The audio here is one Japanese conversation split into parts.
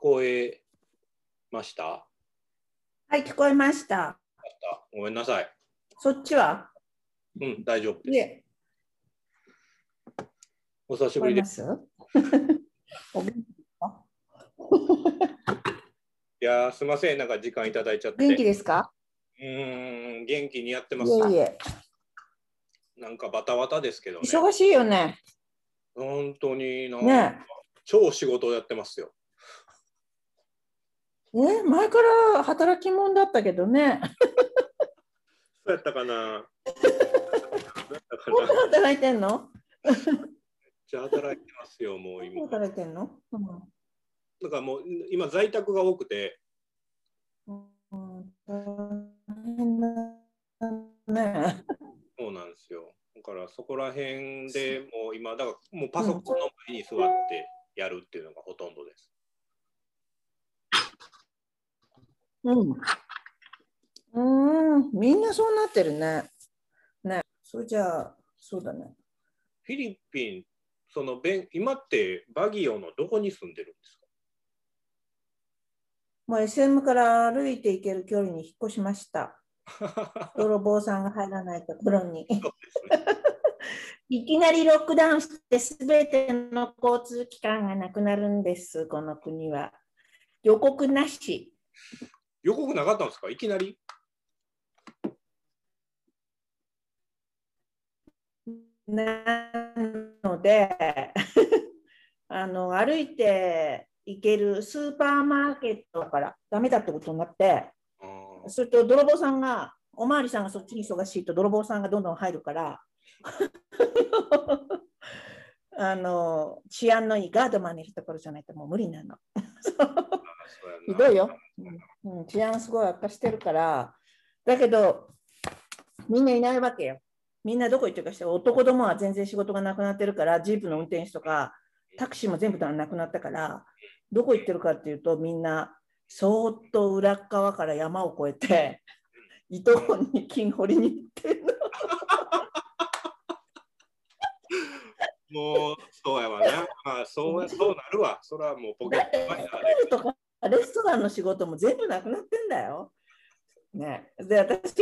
こえました？ はい、聞こえました。 ごめんなさい。 そっちは？ うん、大丈夫です。 いえ、 お久しぶりです。 聞こえます？お元気ですか？ いやー、すみません、なんか時間いただいちゃっ元気て。 ですか？ 元気にやってまいす。 えいえ、 なんかバタバタですけどね。 忙しいよね。 本当にね超仕事をやってますよ。 え、前から働き者だったけどね。 そうやったかな。 もっと働いてんの？ じゃあ働いてますよ、もう今。 働いてんの？ だからもう今在宅が多くて。 大変だね。 そうなんですよ。だからそこら辺でもう今、だからもうパうん、 ソコンの前に座ってやるっていうのがほとんどです。 みんなそうなってるね。ね、それじゃあ、そうだね。 フィリピン、今ってバギオのどこに住んでるんですもう SM から歩いて行ける距離に引っ越しました。 か？ 泥棒さんが入らないところに。 そうですね。 いきなりロックダウンしてすべての交通機関がなくなるんです、この国は。予告なし。 予告なかったんですか？いきなり。 なので歩いて行けるスーパーマーケットからダメだってことになって、それと泥棒さんが、おまわりさんがそっちに忙しいと泥棒さんがどんどん入るから治安のいいガードマンにいるところじゃないともう無理なの。ひどいよ、治安すごい悪化してるから。だけどみんないないわけよ。みんなどこ行ってるかして、男どもは全然仕事がなくなってるから、ジープの運転手とかタクシーも全部なくなったから、どこ行ってるかっていうと、みんなそーっと裏側から山を越えて糸に金掘りに行ってるの。 もうそうやわな。そうなるわ。それはもうポケットマネーホテルとかレストランの仕事も全部なくなってんだよ。ね、で、私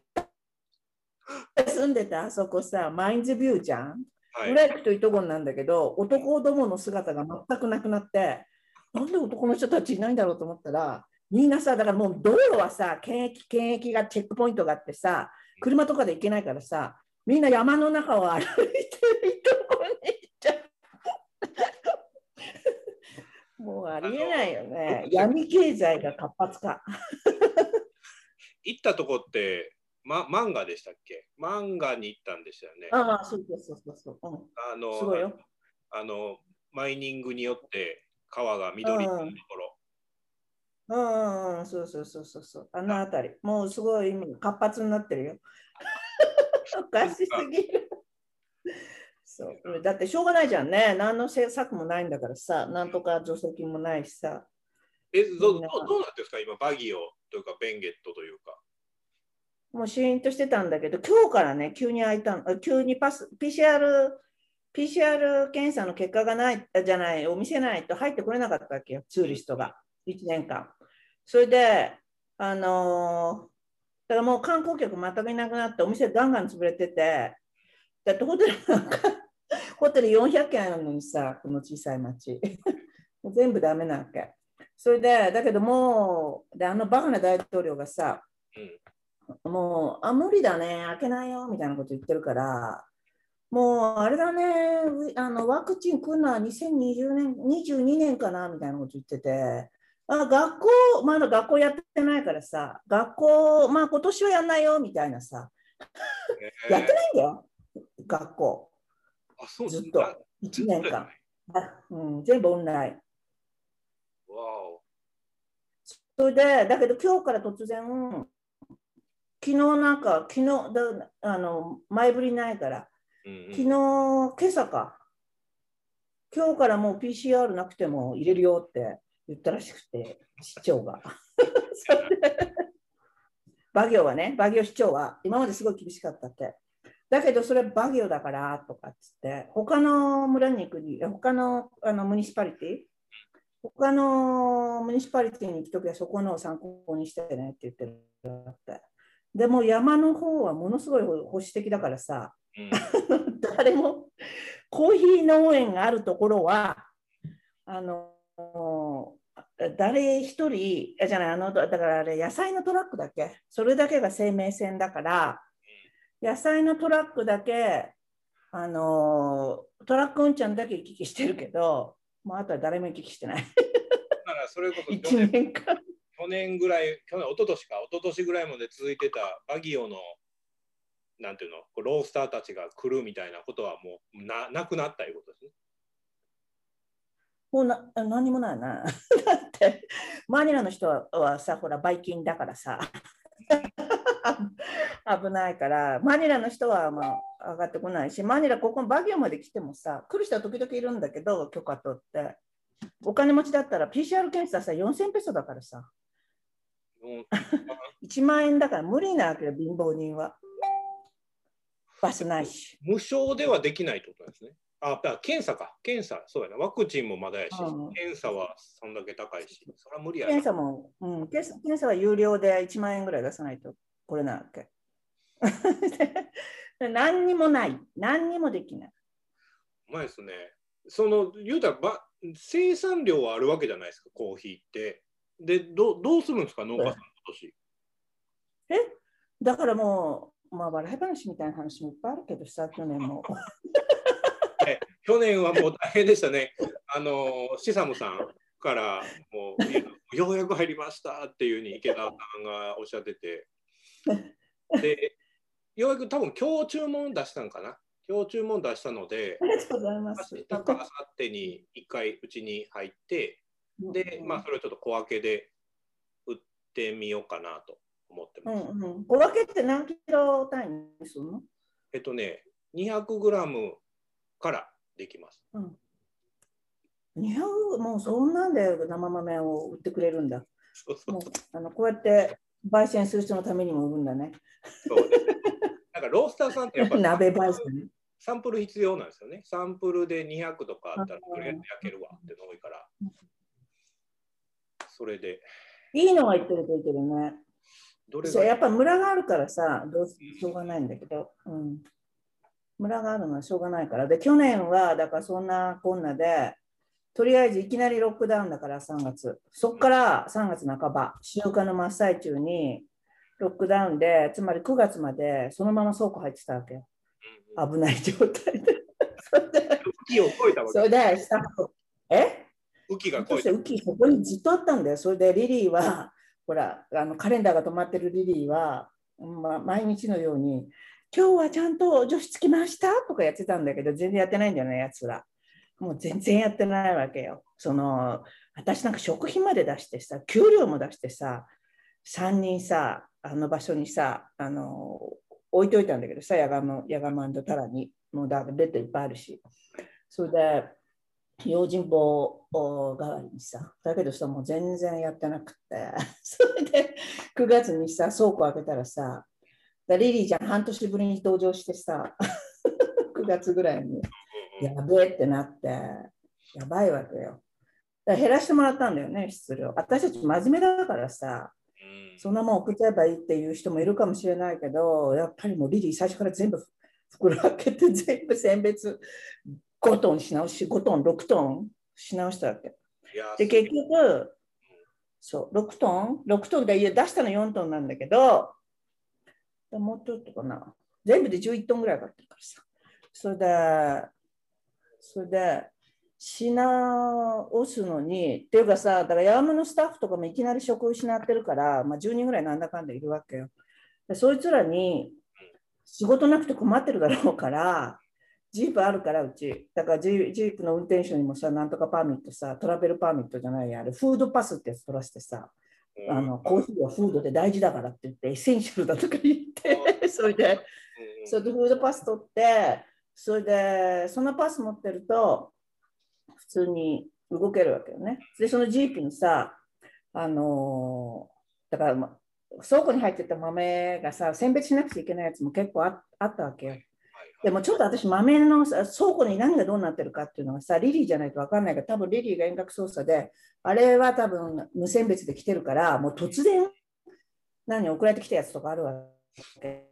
住んでたあそこさ、マインズビューじゃん。 はい、 裏行くといとこなんだけど、男どもの姿が全くなくなって、なんで男の人たちいないんだろうと思ったら、みんなさ、だからもう道路はさ、検疫がチェックポイントがあってさ、車とかで行けないからさ、みんな山の中を歩いてるいとこに行っちゃう。もうありえないよね。闇経済が活発化。 行ったとこって、漫画でしたっけ？漫画に行ったんでしたよね。 ああ、そうそうそうそう。すごいよ。 マイニングによって川が緑のところ。 そうそうそうそうそう。あのあたり。もうすごい今活発になってるよ。おかしすぎる。そう。だってしょうがないじゃんね。何の政策もないんだからさ。なんとか助成金もないしさ。 どうなってるんですか今、バギオというか、ベンゲットというか。 もうシーンとしてたんだけど、今日からね、急に開いたの。急にPCR 検査の結果がないじゃない、を見せないと入ってこれなかったわけよ、ツーリストが。1年間。それで、だからもう観光客全くいなくなってお店ガンガン潰れてて、だってホテルなんかホテル400軒あるのにさ、この小さい町全部ダメなわけ。それでだけどもうでバカな大統領がさ、もう無理だね開けないよみたいなこと言ってるから、もうあれだね、ワクチン来るのは2020年22年かなみたいなこと言ってて、学校、まだ学校やってないからさ、学校、まあ今年はやんないよみたいなさ、やってないんだよ、学校。ずっと、1年間。全部オンライン。それで、だけど今日から突然、昨日なんか、昨日前振りないから、昨日、今朝か、今日からもう PCR なくても入れるよって言ったらしくて、市長が。バギオはね、バギオ市長は、今まですごい厳しかったって。だけどそれバギオだからとかっつって、他の村に行くに、他のムニシパリティ他のミュニシパリティに行くときはそこのを参考にしてねって言ってるって。でも山の方はものすごい保守的だからさ、 うん、 誰もコーヒー農園があるところは、あの、誰一人、じゃない、だからあれ、野菜のトラックだけ、それだけが生命線だから、野菜のトラックだけ、トラック運転だけ行き来してるけど、もうあとは誰も行き来してない。 だからそれこそ 1年間。 去年ぐらい、一昨年か、一昨年ぐらいまで続いてたバギオの、なんていうの、ロースターたちが来るみたいなことはもうなくなったいうことですね。 もう何にもないな。だって、マニラの人はさ、ほら、バイキンだからさ、危ないから、マニラの人はまあ上がってこないし、マニラ、ここバギオまで来てもさ、来る人は時々いるんだけど、許可取って。お金持ちだったら PCR 検査さ、4000ペソだからさ。1万円だから無理なわけよ、貧乏人は。バスないし。 無償ではできないってことなんですね。あ、検査か。検査、そうやな。ワクチンもまだやし、検査はそんだけ高いし、それは無理やな。 検査も、検査は有料で1万円ぐらい出さないとこれなわけ。何にもない。何にもできない。 うまいですね。言うたら生産量はあるわけじゃないですか、コーヒーって。で、どうするんですか、農家さん今年。 だからもう、まあ、笑い話みたいな話もいっぱいあるけどさ、去年も。 去年はもう大変でしたね。シサムさんからもうようやく入りましたっていうふうに池田さんがおっしゃってて、で、ようやく多分今日注文出したんかな。今日注文出したので、 ありがとうございます。 明日か明後日に1回うちに入って、で、まあそれをちょっと小分けで売ってみようかなと思ってます。 小分けって何キロ単位にするの ？200グラムからできます。 200、もうそんなんで生豆を売ってくれるんだ。もうこうやって焙煎する人のためにも売るんだね。 そうですね。なんかロースターさんってやっぱ鍋焙煎。 サンプル必要なんですよね。サンプルで200とかあったらとりあえず焼けるわっての多いから。それで。 いいのが言ってるといいけどね。そうやっぱムラがあるからさ、しょうがないんだけど、ムラがあるのはしょうがないから。で、去年はだからそんなこんなで、とりあえずいきなりロックダウンだから3月。そこから3月半ば、集荷の真っ最中にロックダウンで、つまり9月までそのまま倉庫入ってたわけよ。危ない状態で。それで、スタッフ、 雨季が来いた。 雨季そこにずっとあったんだよ。それでリリーは、ほら、カレンダーが止まってるリリーは、毎日のように、今日はちゃんと除湿つきましたとかやってたんだけど、全然やってないんだよね、やつら。もう全然やってないわけよ。私なんか食費まで出してさ、給料も出してさ、3人さ、あの場所にさ、置いといたんだけどさ、ヤガマンドタラに、もうだベッドいっぱいあるし。それで、用心棒代わりにさ、だけどさ、もう全然やってなくて、それで9月にさ、倉庫開けたらさ、リリーちゃん半年ぶりに登場してさ、9月ぐらいに、やべえってなって、やばいわけよ。だから減らしてもらったんだよね、質量。私たち真面目だからさ、そんなもん送っちゃえばいいっていう人もいるかもしれないけど、やっぱりもうリリー最初から全部袋開けて全部選別5トンし直し、5トン、6トンし直したわけ。で、結局、そう、6トン ?6 トンで出したの4トンなんだけど、もうちょっとかな。全部で11トンぐらい買ってるからさ。それで、し直すのに、っていうかさ、だからヤームのスタッフとかもいきなり職失ってるから、10人ぐらいなんだかんだいるわけよ。でそいつらに仕事なくて困ってるだろうから、ジープあるからうち。だからジープの運転手にもさ、なんとかパーミットさ、トラベルパーミットじゃないや、あれ、フードパスってやつ取らせてさ、コーヒーはフードで大事だからって言って、エッセンシャルだとか言って、それでフードパス取って、それで、そのパス持ってると、普通に動けるわけよね。で、そのジープにさ、だから、倉庫に入ってた豆がさ、選別しなくちゃいけないやつも結構あったわけよ。 でもちょっと私、豆の倉庫に何がどうなってるかっていうのはさ、リリーじゃないと分かんないから、多分リリーが遠隔操作で、あれは多分無選別で来てるから、もう突然、送られてきたやつとかあるわけ。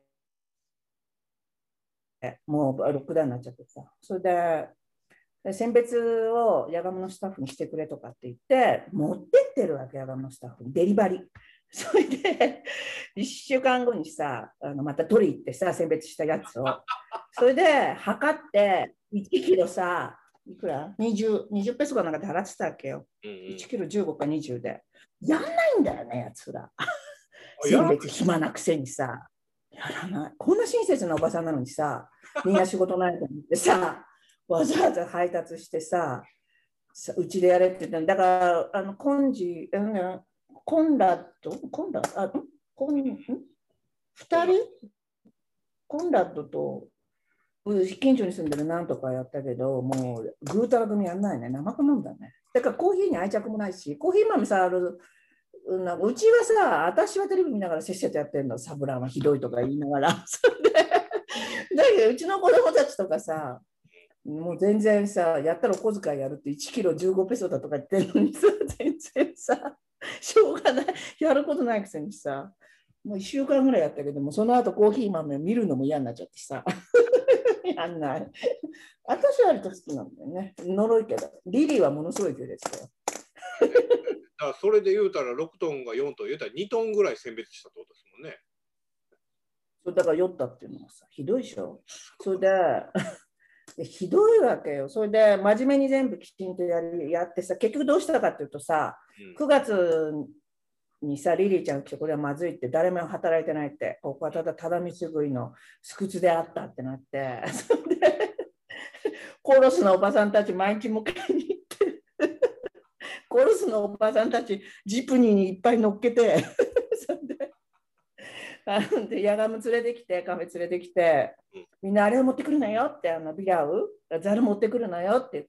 もうロックダウンになっちゃってさ。それで、選別をヤガムのスタッフにしてくれとかって言って、持ってってるわけ、ヤガムのスタッフに、デリバリー。それで、1週間後にさ、また取り行ってさ、選別したやつを。それで、測って、1キロさ、いくら ?20 ペソかなんかで払ってたわけよ。1キロ15か20で。やんないんだよね、やつら。選別暇なくせにさ。やらない。こんな親切なおばさんなのにさ、みんな仕事ないと思ってさ、わざわざ配達してさ、うちでやれって言ったんだから、コンラッド、2人コンラッドと近所に住んでるなんとかやったけど、もうぐうたら組やんないね。生く飲んだね。だからコーヒーに愛着もないし、コーヒー豆さ、うちはさ、私はテレビ見ながらせっせとやってるの、サブランはひどいとか言いながら。それでだけど、うちの子供たちとかさ、もう全然さ、やったらお小遣いやるって1キロ15ペソだとか言ってるのにさ、全然さ、しょうがない、やることないくせにさ、もう1週間ぐらいやったけども、その後コーヒー豆を見るのも嫌になっちゃってさ、やんない。私は割と好きなんだよね。呪いけど、リリーはものすごい勢いですよ。 だそれで言うたら6トンが4トン、言うたら2トンぐらい選別したってことですもんね。 だから酔ったっていうのはさ、ひどいでしょ。それでひどいわけよ。それで真面目に全部きちんとやってさ、結局どうしたかっていうとさ、9月にさ、リリーちゃんが来て、これはまずいって、誰も働いてないって、ここはただ道食いの巣窟であったってなって、それでコロスのおばさんたち毎日迎えに行って、コロスのおばさんたちジプニーにいっぱい乗っけて、それでヤガム連れてきて、カフェ連れてきて、みんなあれを持ってくるなよって、ビラウ、ザル持ってくるなよって言って、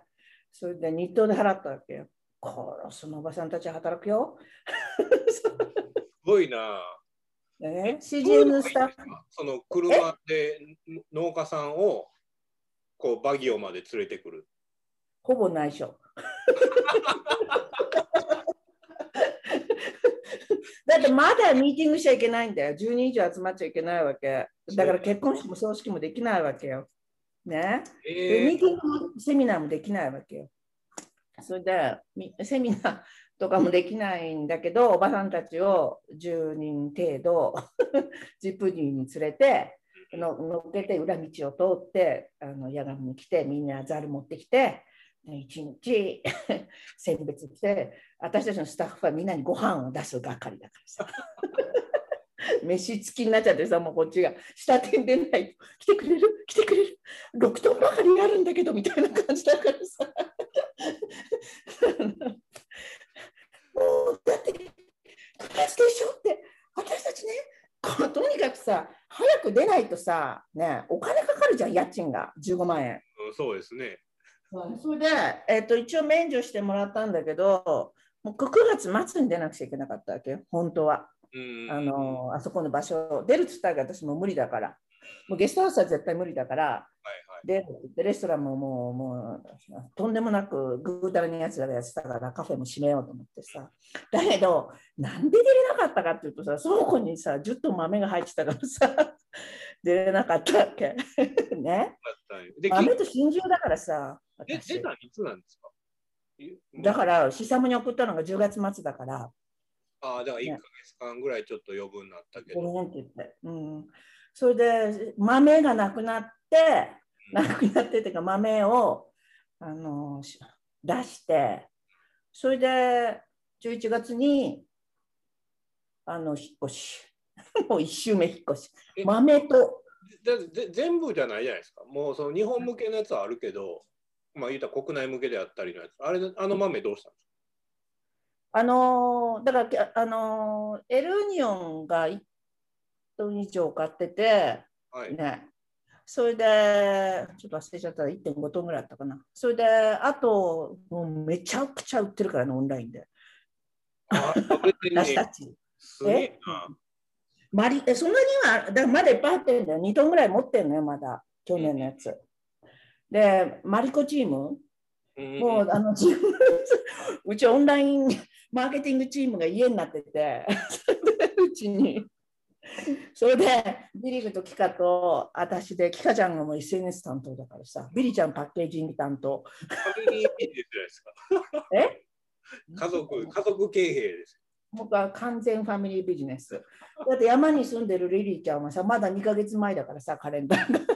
それで日当で払ったわけよ。コロスのおばさんたち働くよ。 すごいな。 CGM スタッフ。 その車で農家さんをこうバギオまで連れてくる。 ほぼ内緒。だってまだミーティングしちゃいけないんだよ。10人以上集まっちゃいけないわけ。だから結婚式も葬式もできないわけよ。ね。でミーティングもセミナーもできないわけよ。それでセミナーとかもできないんだけど、おばさんたちを10人程度ジップニーに連れて乗っけて裏道を通ってヤガムに来て、みんなザル持ってきて一日選別して、私たちのスタッフはみんなにご飯を出す係だからさ飯付きになっちゃってさ、もうこっちが下手に出ないと来てくれる来てくれる6トンばかりあるんだけどみたいな感じだからさもうだって9月でしょって、私たちね、とにかくさ、早く出ないとさ、ね、お金かかるじゃん、家賃が15万円。 そうですね。 それで、一応免除してもらったんだけど、もう9月末に出なくちゃいけなかったわけよ、本当は。あそこの場所、出るっつったら私も無理だから、もうゲストハウスは絶対無理だから、でレストランももうとんでもなくぐうたらにやつらがやってたから、カフェも閉めようと思ってさ。だけど、なんで出れなかったかっていうとさ、その子にさ、10トン豆が入ってたからさ、出れなかったわけ。ね。豆と真珠だからさ。 出たいつなんですか？ だから、シサムに送ったのが10月末だから。 ああ、だから1ヶ月間ぐらいちょっと余分になったけど。 ごめんって言って。それで、豆がなくなって、っていうか、豆を出して、それで11月に引っ越し。もう1周目引っ越し。豆と。 全部じゃないじゃないですか。もうその日本向けのやつはあるけど、まあ言ったら国内向けであったりのやつ。豆どうしたんですか？ だからエルニオンが1トン以上買ってて、ね。それで、ちょっと忘れちゃったら 1.5 トンぐらいあったかな。それで、あと、もうめちゃくちゃ売ってるからね、オンラインで。私たち。そんなには、だからまだいっぱいあってるんだよ。2トンぐらい持ってるのよ、まだ。 去年のやつ。で、マリコチーム、もうチームうちオンラインマーケティングチームが家になってて、うちに。それで、ビリルとキカと私で、キカちゃんがもう SNS 担当だからさ、ビリちゃんパッケージング担当。 ファミリービジネスじゃないですか。家族経営です。 僕は完全ファミリービジネス。だって山に住んでるリリーちゃんはさ、まだ2ヶ月前だからさ、カレンダーが。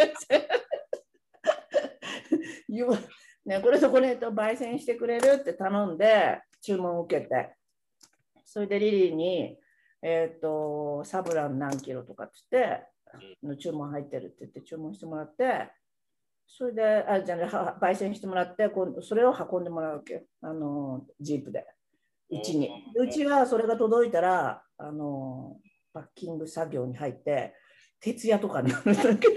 ね、これとこれと焙煎してくれるって頼んで、注文を受けて、それでリリーに、サブラン何キロとかって言って、注文入ってるって言って注文してもらって、それで、焙煎してもらって、それを運んでもらうわけよ、ジープで。うちに。うちはそれが届いたら、パッキング作業に入って、徹夜とかになるんだけど、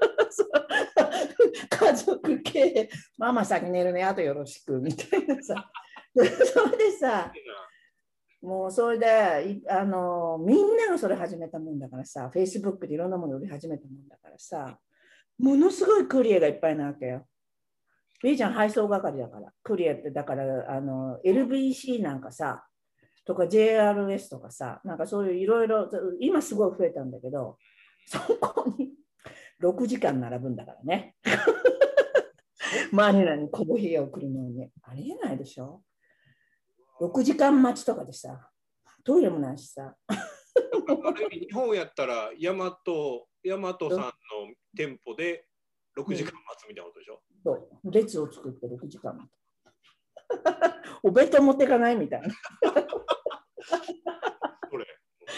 家族系、ママ先寝るね、あとよろしくみたいなさ。それでさ、もうそれでみんながそれ始めたもんだからさ、Facebook でいろんなもの売り始めたもんだからさ、ものすごいクリエがいっぱいなわけよ。B ちゃん配送係だから、クリエってだからLBC なんかさ、とか JRS とかさ、なんかそういういろいろ、今すごい増えたんだけど、そこに6時間並ぶんだからね。マニラにコーヒーを送るのに、ありえないでしょ。6時間待ちとかでさ、トイレもないしさ。 ある意味日本やったらヤマトさんの店舗で6時間待つみたいなことでしょ。 そう列を作って6時間待つ。お弁当持っていかないみたいな。 これ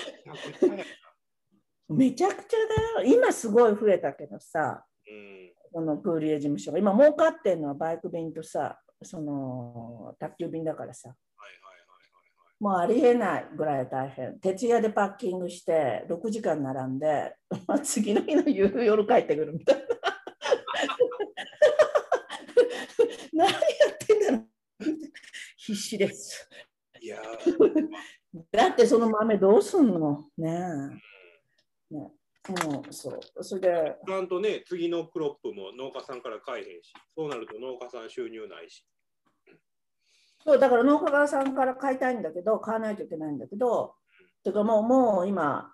めちゃくちゃだよ。今すごい増えたけどさ、このクーリエ事務所が今儲かってるのはバイク便とさ、その宅急便だからさ。もうありえないぐらい大変。徹夜でパッキングして6時間並んで、次の日の夜帰ってくるみたいな。何やってんだろう。必死です。 いやだってその豆どうすんのねえ。ねそれで。 ちゃんとね、次のクロップも農家さんから買えへんし、そうなると農家さん収入ないし。 そうだから農家さんから買いたいんだけど、買わないといけないんだけど、てかもう今、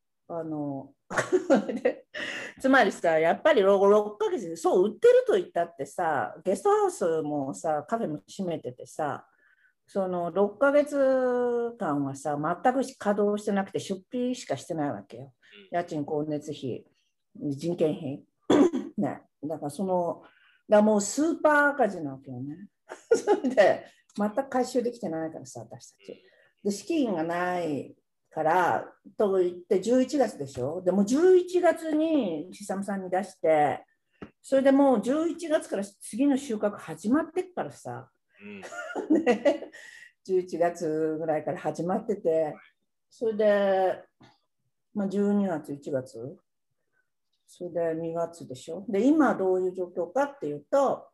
つまりさ、やっぱり6ヶ月で、そう売ってると言ったってさ、ゲストハウスもさ、カフェも閉めててさ、その6ヶ月間はさ、全く稼働してなくて、出費しかしてないわけよ。家賃、光熱費、人件費。ね、だからもうスーパー赤字なわけよね。それで、全く回収できてないからさ、私たち。で、資金がないからと言って11月でしょ。でも11月に久さんに出して、それでもう11月から次の収穫始まってっからさ、ね、11月ぐらいから始まってて、それで、12月、1月、それで2月でしょ。で、今どういう状況かっていうと、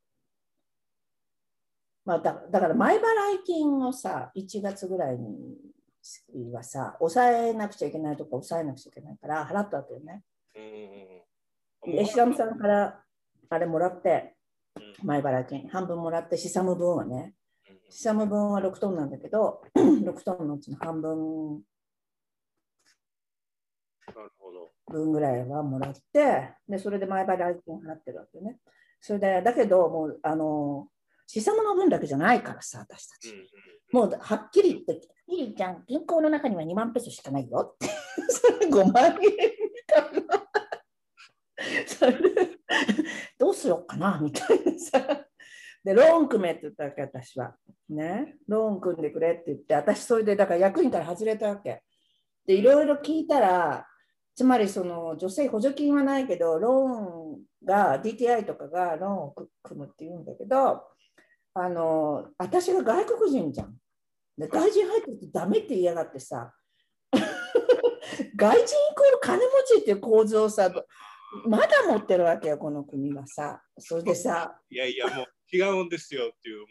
だから前払い金をさ、1月ぐらいにはさ、抑えなくちゃいけないとか抑えなくちゃいけないから払ったわけよね。シサムさんからあれもらって、前払い金半分もらって、シサム分はね、シサム分は6トンなんだけど、6トンのうちの半分分ぐらいはもらって、でそれで前払い金払ってるわけね。それで、だけど、もう、シサムの分だけじゃないからさ、私たち。もうはっきり言って、リリーちゃん、銀行の中には2万ペソしかないよって。それ5万円みたいな。それで、どうしようかなみたいなさ。で、ローン組めって言ったわけ、私は。ね。ローン組んでくれって言って、私、それで、だから役員から外れたわけ。で、いろいろ聞いたら、つまりその女性補助金はないけど、ローンが DTI とかがローンを組むって言うんだけど、私が外国人じゃん。で外人入ってるとダメって言いやがってさ、外人イコール金持ちっていう構造をさ、まだ持ってるわけよ、この国はさ。それでさ、 いやいや、もう違うんですよっていう、も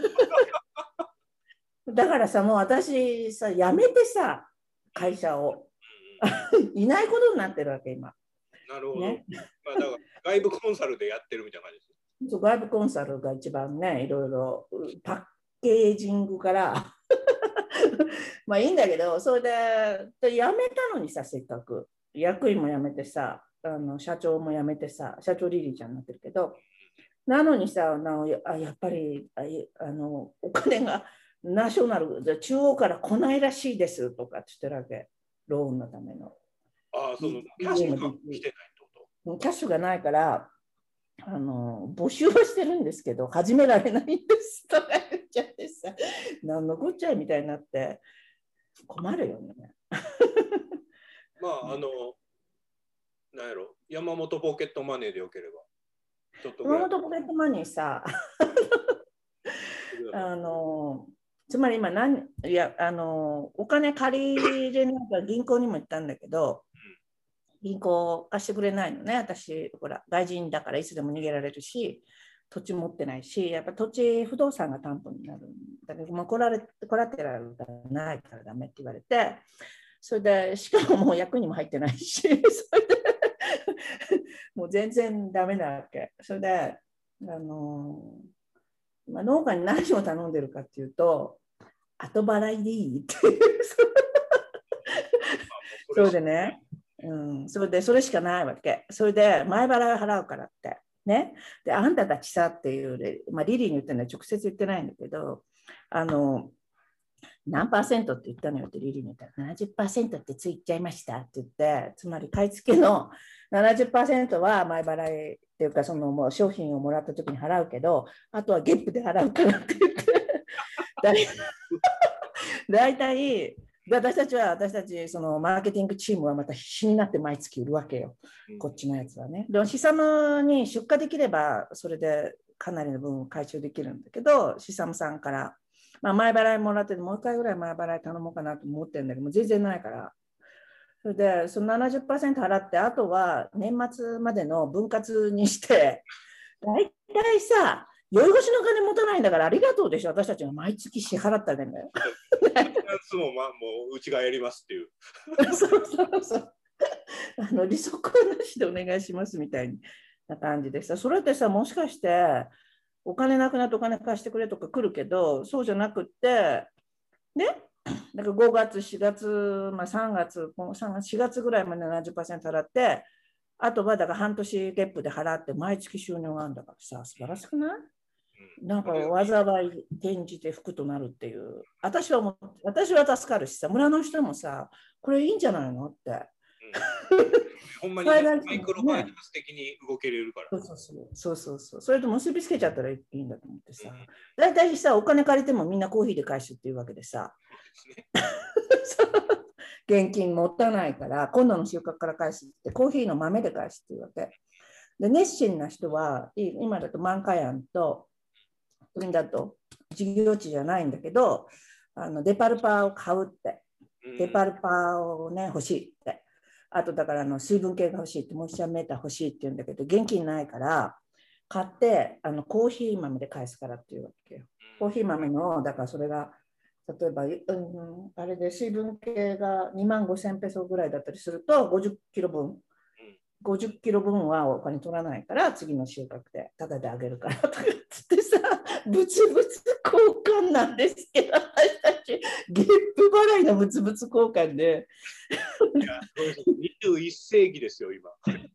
う。だからさ、もう私さ、辞めてさ、会社を。いないことになってるわけ、今。 なるほど。ね、だから外部コンサルでやってるみたいな感じです。 そう、外部コンサルが一番ね、いろいろパッケージングからまあいいんだけど、それで辞めたのにさ、せっかく役員も辞めてさ、社長も辞めてさ、社長リリーちゃんになってるけど、なのにさ、やっぱりお金がナショナル、中央から来ないらしいですとかって言ってるわけ、ローンのための。 ああ、そのキャッシュが来てないってことキャッシュがないから、募集はしてるんですけど、始められないんですとか言っちゃってさ、何のこっちゃいみたいになって、困るよね。 まあ、なんやろ、山本ポケットマネーでよければ。ちょっとぐらい。 山本ポケットマネーさ、つまり今お金借りれないから銀行にも行ったんだけど、銀行貸してくれないのね。私、ほら、外人だからいつでも逃げられるし、土地持ってないし、やっぱ土地不動産が担保になるんだけど、コラテラルがないからダメって言われて、それで、しかももう役にも入ってないし、それでもう全然ダメなわけ。それで、農家に何を頼んでるかっていうと、後払いでいいってそれでね、それしかないわけ。それで前払い払うからって。ね。で、あんたたちさっていう、リリーに言ったのは直接言ってないんだけど、何パーセントって言ったのよってリリーに言ったら 70% ってついちゃいましたって言って、つまり買い付けの 70% は前払いっていうか、そのもう商品をもらった時に払うけど、あとはゲップで払うからって言って大体私たちそのマーケティングチームはまた必死になって毎月売るわけよ、こっちのやつはね。でもシサムに出荷できればそれでかなりの分を回収できるんだけど、シサムさんから前払いもらってもう一回ぐらい前払い頼もうかなと思ってるんだけど、もう全然ないから。それで、その 70% 払って、あとは年末までの分割にして、大体さ、酔い越しの金持たないんだからありがとうでしょ、私たちが毎月支払ったらね。 もううちがやりますっていう。 そうそうそう。利息はなしでお願いしますみたいな感じでさ、それってさ、もしかして、お金なくなってお金貸してくれとか来るけど、そうじゃなくって、ね、だから5月、4月、3月、4月ぐらいまで 70% 払って、あとはだから半年ゲップで払って毎月収入があるんだからさ、素晴らしくない？なんか災い転じて福となるっていう。私は助かるしさ、村の人もさ、これいいんじゃないのって。 ほんまに、ね、マイクロファイナンス的に動けれるから。 そう。それと結びつけちゃったらいいんだと思ってさ。大体さ、お金借りてもみんなコーヒーで返すっていうわけでさ。現金持たないから、今度の収穫から返すって、コーヒーの豆で返すっていうわけ。で、熱心な人は、今だとマンカヤンと、国だと事業地じゃないんだけど、デパルパーを買うって。デパルパーをね、欲しいって。あとだから水分系が欲しいって、モイスチャーメーター欲しいって言うんだけど、現金ないから、買ってコーヒー豆で返すからっていうわけよ。コーヒー豆の、だからそれが、例えば、あれで水分系が25,000ペソぐらいだったりすると、50キロ分。50キロ分はお金取らないから、次の収穫でタダであげるからとかってさ、物々交換なんですけど、私たち、ゲップ払いの物々交換で。 いや、21世紀ですよ、今。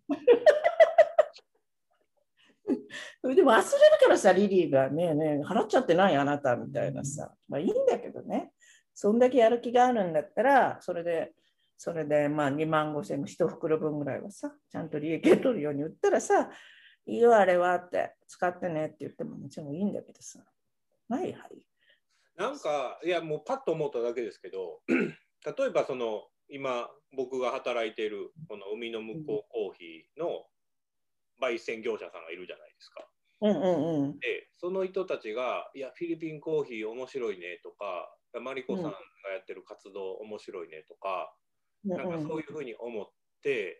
でも忘れるからさ、リリーがね払っちゃってないあなたみたいなさ、いいんだけどね、そんだけやる気があるんだったら、それで25,000、1袋分ぐらいはさ、ちゃんと利益を取るように売ったらさ、いいよあれはって使ってねって言ってももちろんいいんだけどさ。はいはい。 なんか、いやもうパッと思っただけですけど、例えば今僕が働いているこの海の向こうコーヒーの焙煎業者さんがいるじゃないですか。で、その人たちが、いや、フィリピンコーヒー面白いねとか、マリコさんがやってる活動面白いねとか、なんかそういうふうに思って、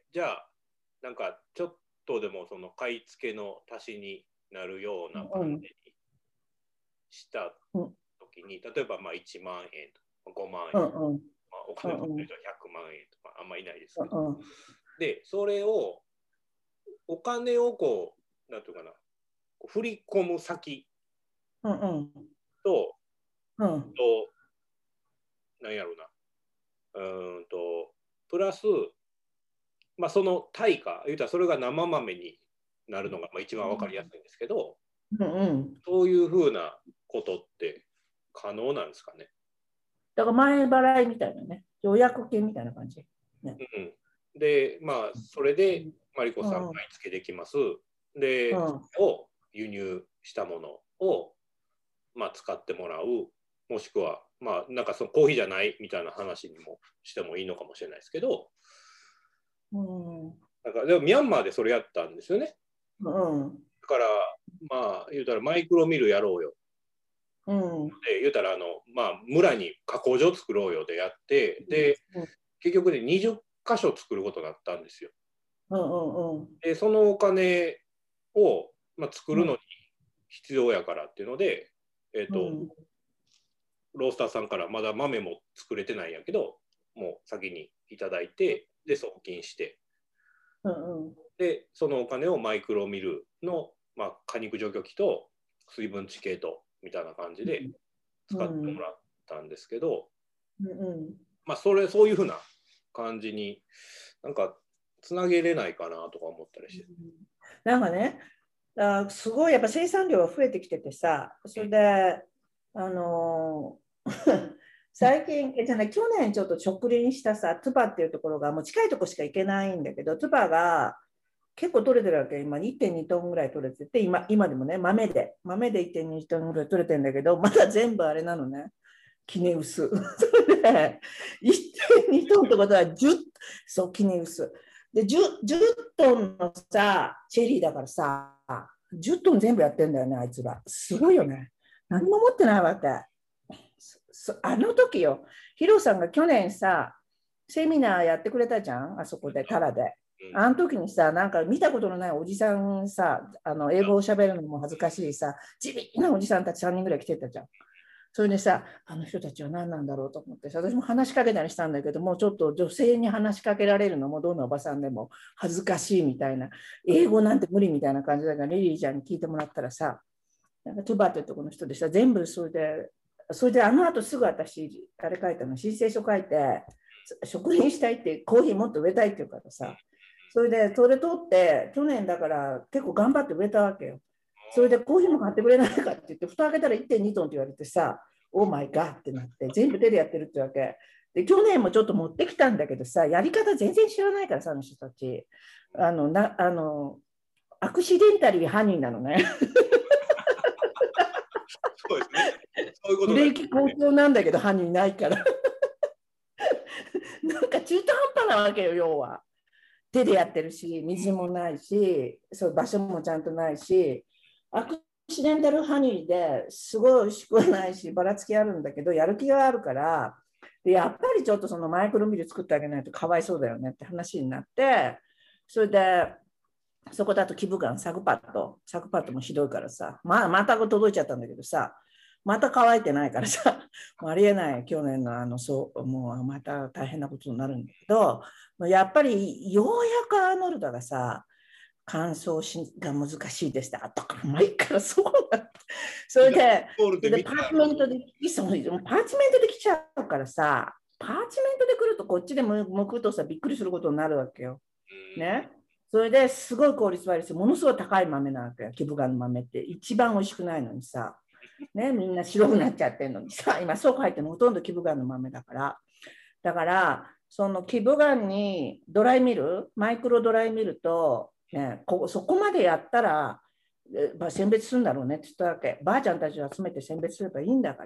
じゃあ、なんかちょっとでもその買い付けの足しになるような感じにしたときに、例えば1万円とか5万円、お金持ってる人は100万円とかあんまりいないですけど、で、それをお金をこう、なんていうかな、振り込む先うんうんと、 うんなんやろうな、プラス、まあ、その対価、言うたらそれが生豆になるのがまあ一番わかりやすいんですけど、 うんうん。 そういうふうなことって可能なんですかね。 だから前払いみたいなね、予約金みたいな感じ。ね、 うん、で、まあ、それでマリコさんうん買い付けできます。で、 うんそれを輸入したものを、まあ、使ってもらう、もしくは、まあ、なんかそのコーヒーじゃないみたいな話にもしてもいいのかもしれないですけど、 うん、 だからでもミャンマーでそれやったんですよね。 うん、 だから、まあ、言うたらマイクロミルやろうよ。 うん、 で、言うたらまあ、村に加工場作ろうよでやって、で、結局ね、20箇所作ることになったんですよ。 うん、うん、 で、そのお金を、まあ、作うん、 るのに必要やからっていうので、 うん、 ロースターさんからまだ豆も作れてないんやけど、もう先にいただいて、で、送金して、 うん、 で、そのお金をマイクロミルの、まあ、果肉除去機と水分地系とみたいな感じで使ってもらったんですけど、まあ、そういうふうな感じになんかつなげれないかなとか思ったりして。 なんかね、すごいやっぱ生産量が増えてきててさ、それで、あの最近、じゃない、去年ちょっと直輪したさ、トゥバっていうところが、もう近いとこしか行けないんだけど、トゥバが結構取れてるわけ、今1.2トンぐらい取れてて、今でもね、豆で1.2トンぐらい取れてるんだけど、まだ全部あれなのね、絹薄。それで、1.2トンってことは10、そう、絹薄。で10トンのさ、チェリーだからさ、10トン全部やってんだよね、あいつら。すごいよね。何も持ってないわけ。あの時よ、ヒロさんが去年さ、セミナーやってくれたじゃん、あそこで、タラで。あの時にさ、なんか見たことのないおじさんさ、英語を喋るのも恥ずかしいさ、地味なおじさんたち3人ぐらい来てたじゃん。それでさ、あの人たちは何なんだろうと思ってさ、私も話しかけたりしたんだけども、ちょっと女性に話しかけられるのもどんなおばさんでも恥ずかしいみたいな、英語なんて無理みたいな感じだから、リリーちゃんに聞いてもらったらさ、なんかトゥバっていうところの人でさ、全部それであの後すぐ私、あれ書いたの、申請書書いて、職人したいって、コーヒーもっと植えたいって言うからさ、それで、それ通って、去年だから結構頑張って植えたわけよ。それでコーヒーも買ってくれないかって言って、蓋開けたら1.2トンって言われてさ、オーマイガーってなって、全部手でやってるってわけ。で、去年もちょっと持ってきたんだけどさ、やり方全然知らないからさ、あの人たち。アクシデンタリーハニーなのね。 そうですね。そういうことブレーキ好調なんだけど、ハニーないから。なんか中途半端なわけよ、要は。手でやってるし、水もないし、そう場所もちゃんとないし、アクシデンタルハニーですごい美味しくはないし、ばらつきあるんだけど、やる気があるから、でやっぱりちょっとそのマイクロミル作ってあげないとかわいそうだよねって話になって、それで、そこだとキブガン、サグパットもひどいからさ、また届いちゃったんだけどさ、また乾いてないからさ、ありえない、去年のもうまた大変なことになるんだけど、やっぱりようやくアーノルドがさ、乾燥が難しいですって、後から前からそうなって、それで、パーチメントで来ちゃうからさ、パーチメントで来るとこっちで剥くとさ、びっくりすることになるわけよ。ね。それですごい効率悪いです。ものすごい高い豆なわけよ。キブガンの豆って一番美味しくないのにさ、ね、みんな白くなっちゃってるのにさ、今そう書いてもほとんどキブガンの豆だから。だから、そのキブガンにドライミル、マイクロドライミルと、ね、そこまでやったら、選別するんだろうねって言ったわけ。ばあちゃんたちを集めて選別すればいいんだから、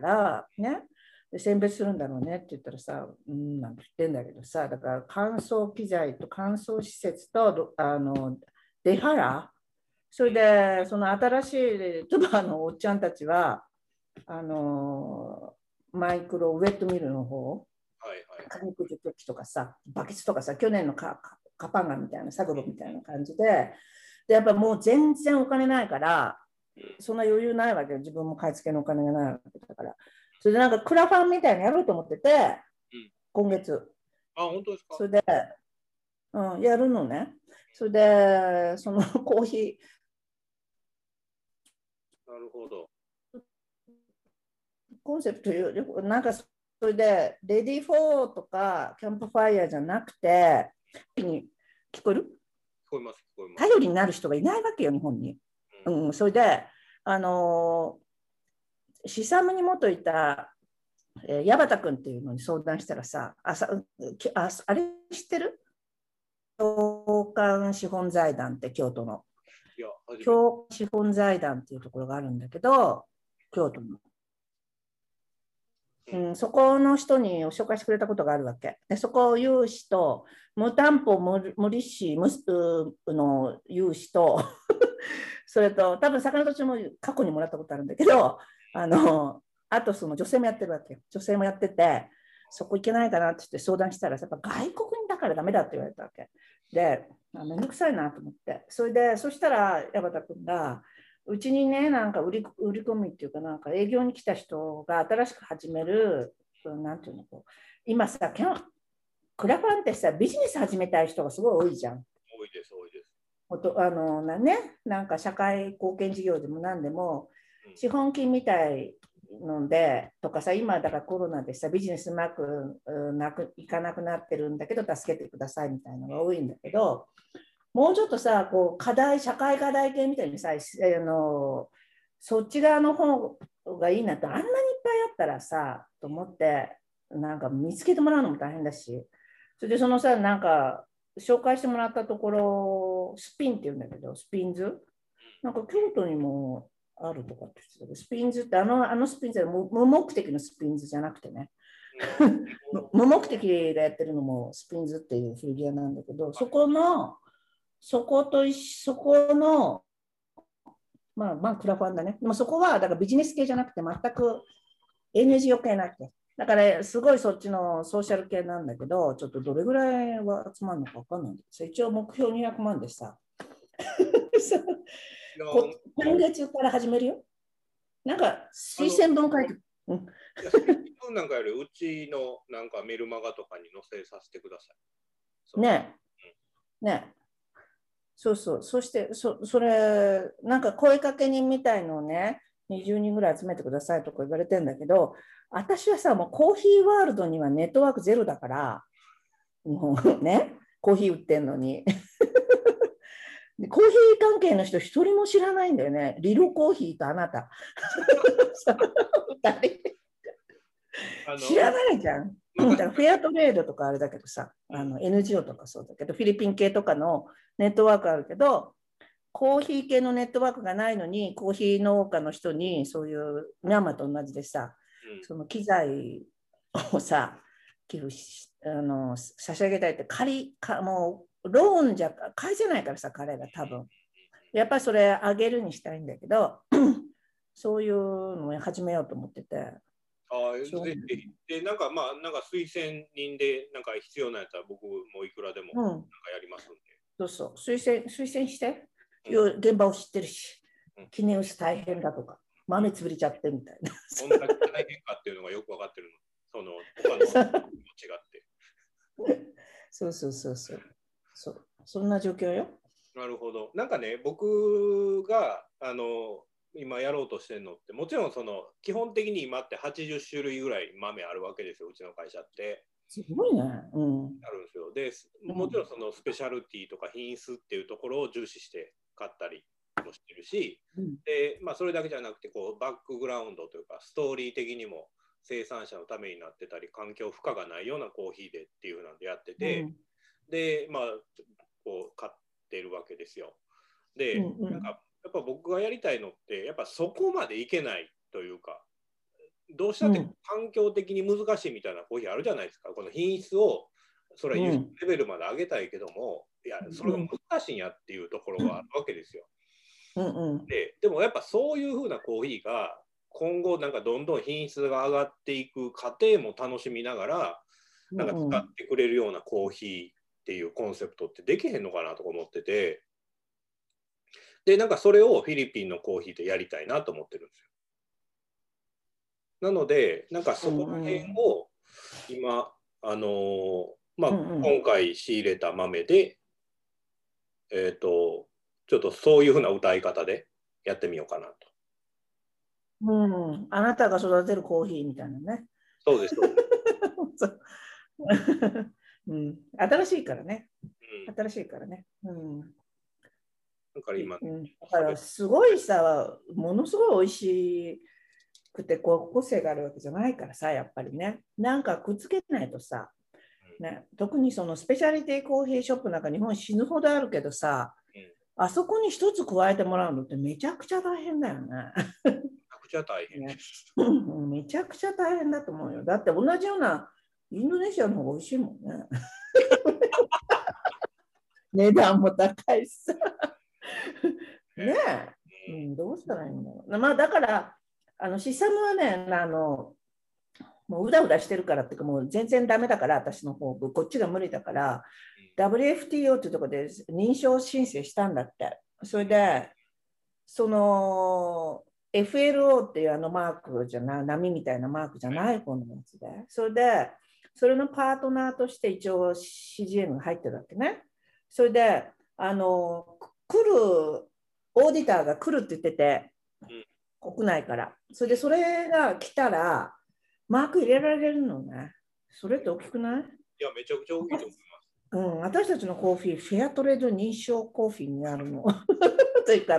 ね。で選別するんだろうねって言ったらさ、なんて言ってんだけどさ、だから乾燥機材と乾燥施設と出払それで、その新しいトゥバのおっちゃんたちは、マイクロウェットミルの方、果肉除去機とかさ、バケツとかさ、去年のカパンガみたいな、サグロみたいな感じで、やっぱもう全然お金ないから、そんな余裕ないわけよ。自分も買い付けのお金がないわけだから。それでなんかクラファンみたいなのやろうと思ってて、今月。 あ、本当ですか？ それで、やるのね。 それで、そのコーヒなるほど。 ー、コンセプトいう、なんかそれで、レディー・フォーとか、キャンプファイヤーじゃなくて、聞こえる？ 聞こえます、聞こえます。 頼りになる人がいないわけよ、日本に。それで、シサムに元いた、矢端君っていうのに相談したらさ、あれ知ってる？共感資本財団って京都の。 いや、初めて。 共感資本財団っていうところがあるんだけど、京都の。そこの人に紹介してくれたことがあるわけ。でそこを融資と、無担保無利子の融資と、それと、多分魚とちも過去にもらったことあるんだけど、あとその女性もやってるわけ。女性もやってて、そこ行けないかなって言って相談したら、やっぱ外国にだからダメだって言われたわけ。で、めんどくさいなと思って。それで、そしたら矢端君が、うちにね、なんか売り込みっていうか、なんか営業に来た人が新しく始める、なんていうの、今さ、クラファンってさ、ビジネス始めたい人がすごい多いじゃん。 多いです、多いです。 なんか社会貢献事業でも何でも、資本金みたいのでとかさ、今だからコロナでさ、ビジネスうまくいかなくなってるんだけど、助けてくださいみたいなのが多いんだけど、もうちょっとさ、社会課題系みたいにさ、そっち側の方がいいなって、あんなにいっぱいあったらさ、と思って、なんか見つけてもらうのも大変だし、それでそのさ、なんか、紹介してもらったところ、スピンって言うんだけど、スピンズなんか京都にもあるとかって言ってたけど、スピンズってあのスピンズは無目的のスピンズじゃなくてね、無目的でやってるのもスピンズっていう古着屋なんだけど、そこの、まあクラファンだね。でもそこはだからビジネス系じゃなくて全く NGO 系なくて。だからすごいそっちのソーシャル系なんだけど、ちょっとどれぐらいは集まるのか分かんないんです。一応目標200万でさ。今月から始めるよ。なんか推薦文書いて。 推薦なんかよりうちのなんかメルマガとかに載せさせてください。 ねえ。ねえ。そうそう。そして、それ、なんか声かけ人みたいのをね、20人ぐらい集めてくださいとか言われてんだけど、私はさ、もうコーヒーワールドにはネットワークゼロだから、日本ね、コーヒー売ってんのに。コーヒー関係の人一人も知らないんだよね。リロコーヒーとあなた。知らないじゃん。だからフェアトレードとかあれだけどさ、NGO とかそうだけど、フィリピン系とかのネットワークあるけど、コーヒー系のネットワークがないのに、コーヒー農家の人にそういうミャンマーと同じでさ、その機材をさ、寄付差し上げたいってもうローンじゃ返せないからさ、彼ら多分。やっぱりそれあげるにしたいんだけど、そういうのを始めようと思ってて。 で、なんかまあ、なんか推薦人でなんか必要なやつは僕もいくらでもなんかやりますんで。 そうそう、推薦して、現場を知ってるし、記念薄大変だとか、豆潰れちゃってみたいな。 そんなに大変かっていうのがよく分かってるの。他の違って。 そうそうそうそう。そんな状況よ。 なるほど。なんかね、僕が今やろうとしてるのって、もちろん基本的に今って80種類ぐらい豆あるわけですよ、うちの会社って。 すごいね。 あるんですよ。で、もちろんスペシャルティとか品質っていうところを重視して買ったりもしてるし、で、まあ、それだけじゃなくてバックグラウンドというかストーリー的にも生産者のためになってたり、環境負荷がないようなコーヒーでっていうふうなんでやってて、で、まあ、買ってるわけですよ。で、なんかやっぱ僕がやりたいのってやっぱそこまでいけないというか、どうしたって環境的に難しいみたいなコーヒーあるじゃないですか。この品質をそれは輸出レベルまで上げたいけども、いやそれが難しいんやっていうところがあるわけですよ。でもやっぱそういうふうなコーヒーが今後なんかどんどん品質が上がっていく過程も楽しみながらなんか使ってくれるようなコーヒーっていうコンセプトってできへんのかなとか思ってて、でなんかそれをフィリピンのコーヒーでやりたいなと思ってるんですよ。なのでなんかそこら辺を今まあ今回仕入れた豆でちょっとそういうふうな歌い方でやってみようかなと。 うん、あなたが育てるコーヒーみたいなね。 そうです、そうです。 そううん、新しいからね。 うん、 新しいからね。うん。 だから今、 うん、だからすごいさ、ものすごい美味しくてこう個性があるわけじゃないからさ、やっぱりね。なんかくっつけないとさ、ね、特にそのスペシャリティコーヒーショップなんか日本死ぬほどあるけどさ、 うん、めあそこに一つ加えてもらうのってめちゃくちゃ大変だよね。 ちゃくちゃ大変。 ねめちゃくちゃ大変だと思うよ。だって同じようなインドネシアの方が美味しいもんね。値段も高いしさ。ねえ、うん、どうしたらいいんだろう。まあだから、シサムはね、もううだうだしてるからっていうか、もう全然ダメだから、私の方、こっちが無理だから、WFTO っていうところで認証申請したんだって。それで、その FLO っていうあのマークじゃない、波みたいなマークじゃない方のやつで、それで、それのパートナーとして一応 CGM が入ってるわけね。それで、来る、オーディターが来るって言ってて、国内から。それで、それが来たら、マーク入れられるのね。それって大きくない？ いや、めちゃくちゃ大きいと思います。 うん、私たちのコーヒー、フェアトレード認証コーヒーになるの。というか、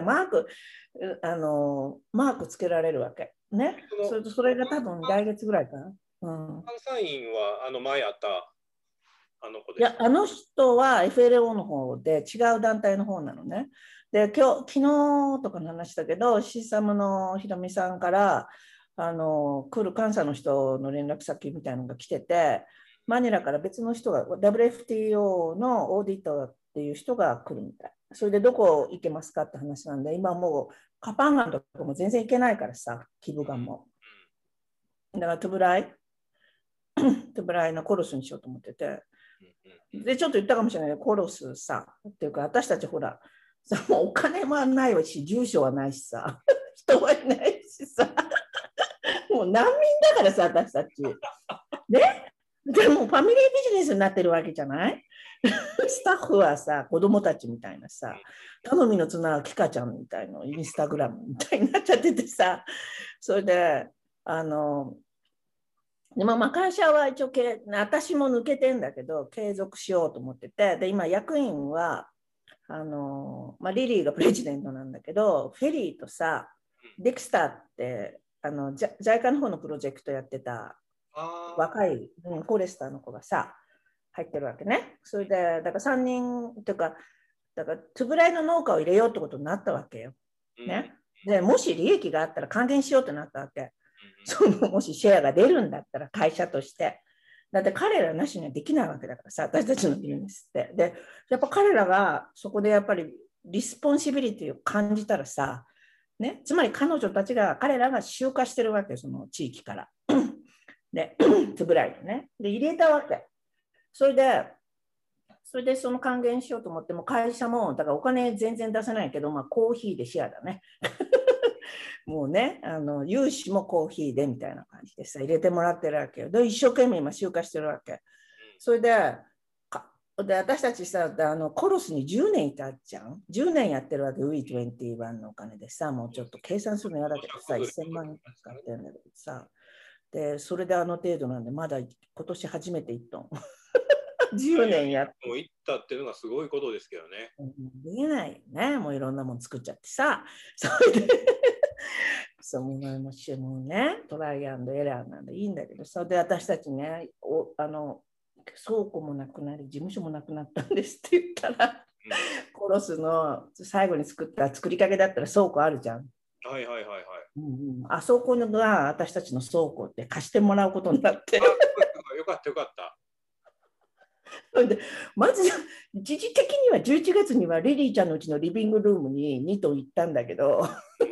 マークつけられるわけ。ね。それが多分来月ぐらいかな。うん、 監査員は前あったあの子ですか？ いや、あの人は FLO の方で違う団体の方なのね。で、昨日とかの話だけど、シサムのひろみさんから、来る監査の人の連絡先みたいなのが来てて、マニラから別の人が、WFTO のオーディトーっていう人が来るみたい。それでどこ行けますかって話なんで、今もうカパンガンとかも全然行けないからさ、キブガンも。だからトゥブライのコロスにしようと思ってて。で、ちょっと言ったかもしれないけど、コロスさ、っていうか、私たちほら、もうお金はないし、住所はないしさ、人はいないしさ、もう難民だからさ、私たち。ね、でもファミリービジネスになってるわけじゃない？スタッフはさ、子供たちみたいなさ、頼みの綱はキカちゃんみたいな、インスタグラムみたいになっちゃっててさ、それで、でもまあ会社は一応私も抜けてんだけど、継続しようと思ってて、で、今役員は、リリーがプレジデントなんだけど、フェリーとさ、デクスターって、JICA の方のプロジェクトやってた若い、フォレスターの子がさ、入ってるわけね。それで、だから3人というか、だから、つぶらいの農家を入れようってことになったわけよ。ね。で、もし利益があったら還元しようってなったわけ。もしシェアが出るんだったら会社として。だって彼らなしにはできないわけだからさ、私たちのビジネスって。で、やっぱ彼らがそこでやっぱりリスポンシビリティを感じたらさ、ね、つまり彼らが集荷してるわけよ、その地域から。で、つぶらいね。で、入れたわけ。それでその還元しようと思っても、会社も、だからお金全然出せないけど、まあコーヒーでシェアだね。もうね、融資もコーヒーでみたいな感じでさ、入れてもらってるわけよ。で、一生懸命今集荷してるわけ。それで、私たちさ、コロスに10年いたじゃん。10年やってるわけ、We21のお金でさ、もうちょっと計算するの嫌だけどさ、1000万使ってるんだけどさ。で、それであの程度なんで、まだ今年初めて行ったの。10年やって。 もう行ったっていうのがすごいことですけどね。 できないよね。もういろんなもの作っちゃってさ。それでそうもうね、トライアンドエラーなんでいいんだけど、それで私たちね、倉庫もなくなり、事務所もなくなったんですって言ったら、コロスの最後に作りかけだったら倉庫あるじゃん。 はいはいはいはい。 あそこが私たちの倉庫って貸してもらうことになって。 よかったよかった。 でまず一時的には11月にはリリーちゃんのうちのリビングルームに2トン行ったんだけど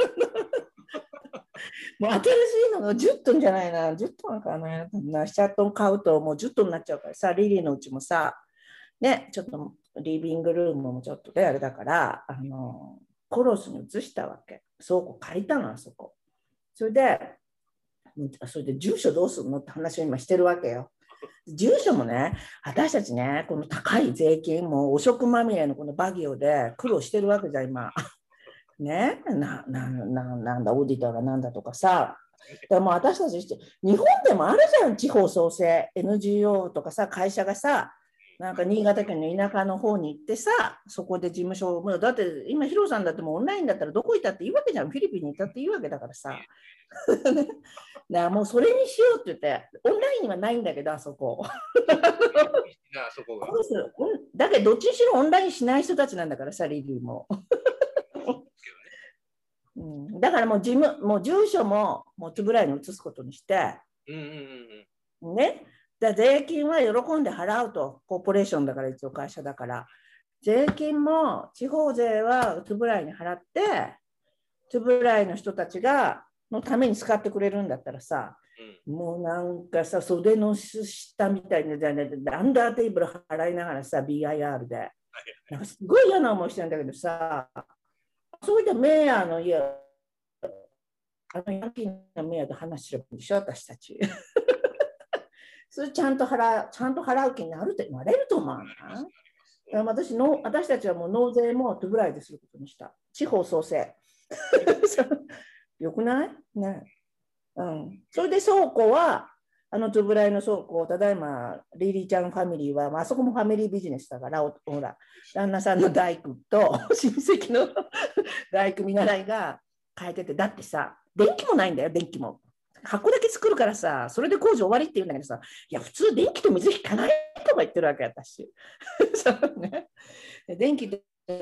もう新しいのが10トンじゃないな、10トンかな、7トン買うともう10トンになっちゃうからさ、リリーのうちもさ、ね、ちょっとリビングルームもちょっとであれだから、コロスに移したわけ。倉庫借りたの、あそこ。それで住所どうするのって話を今してるわけよ。 住所もね、私たちね、この高い税金も汚職まみれのこのバギオで苦労してるわけじゃん、今。ね、なんだ、オーディターがなんだとかさ。でも私たち、日本でもあるじゃん、地方創生、NGO とかさ、会社がさ、なんか新潟県の田舎の方に行ってさ、そこで事務所を、だって今、ヒロさんだってもうオンラインだったらどこ行ったっていいわけじゃん、フィリピンに行ったっていいわけだからさ。もうそれにしようって言って、オンラインにはないんだけど、あそこ。 そこが。 だけど、どっちにしろオンラインしない人たちなんだからさ、リリーも。だからもう住所もつぶらいに移すことにして、ね、税金は喜んで払うと、コーポレーションだから、一応会社だから、税金も地方税はつぶらいに払って、つぶらいの人たちのために使ってくれるんだったらさ、もうなんかさ、袖の下みたいな、アンダーテーブル払いながらさ、BIR で。なんかすごい嫌な思いしてるんだけどさ、そういったメアの家、ヤンキーのメアと話してるんでしょ、私たち。それちゃんと払う気になるって言われると思うな。私たちはもう納税も手ぶらいですることにした。地方創生。よくないね。それで倉庫は、つぶらいの倉庫、ただいま、リリーちゃんファミリーは、あそこもファミリービジネスだから、ほら、旦那さんの大工と親戚の大工見習いが変えてて、だってさ、電気もないんだよ、電気も。箱だけ作るからさ、それで工事終わりって言うんだけどさ、いや、普通電気と水引かないとか言ってるわけ、私。そうね、電気と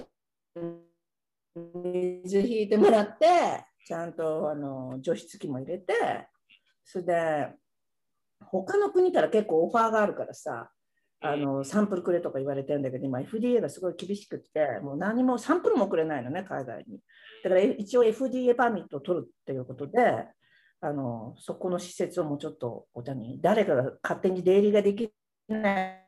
水引いてもらって、ちゃんと除湿機も入れて、それで、他の国から結構オファーがあるからさ、サンプルくれとか言われてるんだけど、今 FDA がすごい厳しくて、もう何もサンプルもくれないのね、海外に。だから一応 FDA パーミットを取るっていうことで、そこの施設をもうちょっと誰かが勝手に出入りができない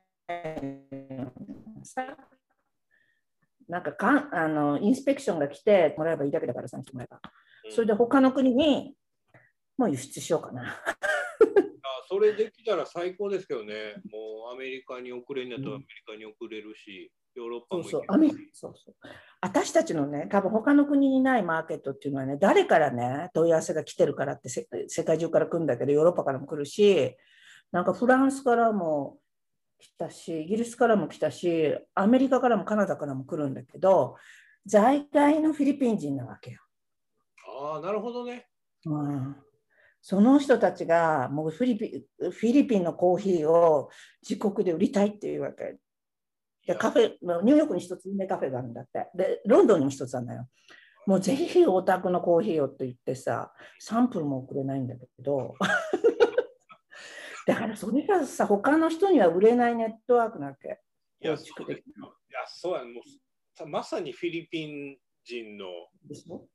さ、なんかインスペクションが来てもらえばいいだけだからさ、来てもらえば。それで他の国にもう輸出しようかな。 それできたら最高ですけどね。もうアメリカに送れんだったらアメリカに送れるし、ヨーロッパも行けるし。 そう。私たちのね、多分他の国にないマーケットっていうのはね、誰からね、問い合わせが来てるからって世界中から来るんだけど、ヨーロッパからも来るし、なんかフランスからも来たし、イギリスからも来たし、アメリカからもカナダからも来るんだけど、在外のフィリピン人なわけよ。 ああ、なるほどね。 その人たちがもうフィリピンのコーヒーを自国で売りたいっていうわけで、ニューヨークに一つカフェがあるんだって。で、ロンドンにも一つあるんだよ。もうぜひお宅のコーヒーをって言ってさ、サンプルも送れないんだけど、だからそれがさ、他の人には売れないネットワークなわけ。 そうや、もうまさにフィリピン人のでしょ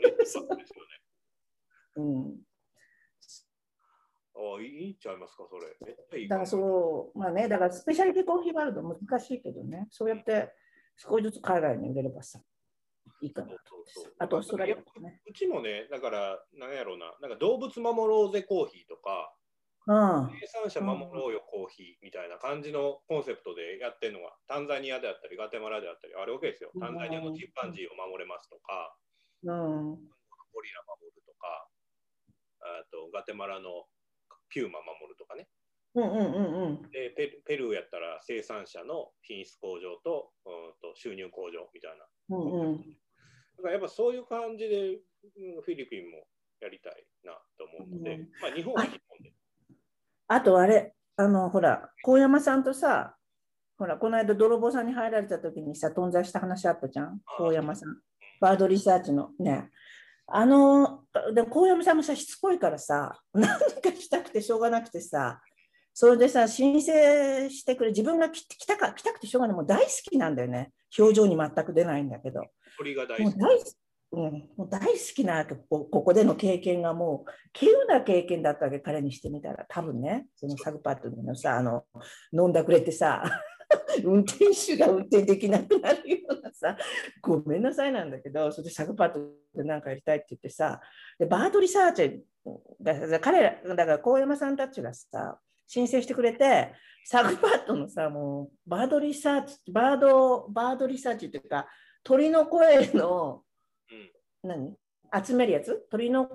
いいんちゃいますか、それ。 だからだからスペシャリティコーヒーワールド難しいけどね、そうやって少しずつ海外に売れればさ、いいかな。あと、それはね。うちもね、だから、なんやろうな、なんか動物守ろうぜコーヒーとか、生産者守ろうよコーヒーみたいな感じのコンセプトでやってるのが、タンザニアであったり、ガテマラであったり、あるわけですよ。タンザニアのチンパンジーを守れますとか、ゴリラ守るとか、あとガテマラのピューマ守るとかね。でペルーやったら生産者の品質向上と収入向上みたいな。だからやっぱそういう感じでフィリピンもやりたいなと思うので、日本は日本で。 あとあれ、ほら、高山さんとさ、ほら、この間泥棒さんに入られた時にさ、頓在した話あったじゃん、高山さん。バードリサーチのね。で高山さんもさ、しつこいからさ、何かしたくてしょうがなくてさ、それでさ、申請してくれ、自分が来たくてしょうがない、もう大好きなんだよね。表情に全く出ないんだけど。 鳥が大好き。 もう大好きなここでの経験がもう稀有な経験だったわけ、彼にしてみたら。多分ね、そのサグパッドのさ、飲んだくれてさ、運転手が運転できなくなるようなさ、ごめんなさいなんだけど、それでサグパッドで何かやりたいって言ってさ、でバードリサーチが彼ら、だから高山さんたちがさ、 申請してくれて、サグパッドのさ、もうバードリサーチ、バードリサーチっていうか、鳥の声の、集めるやつ鳥の、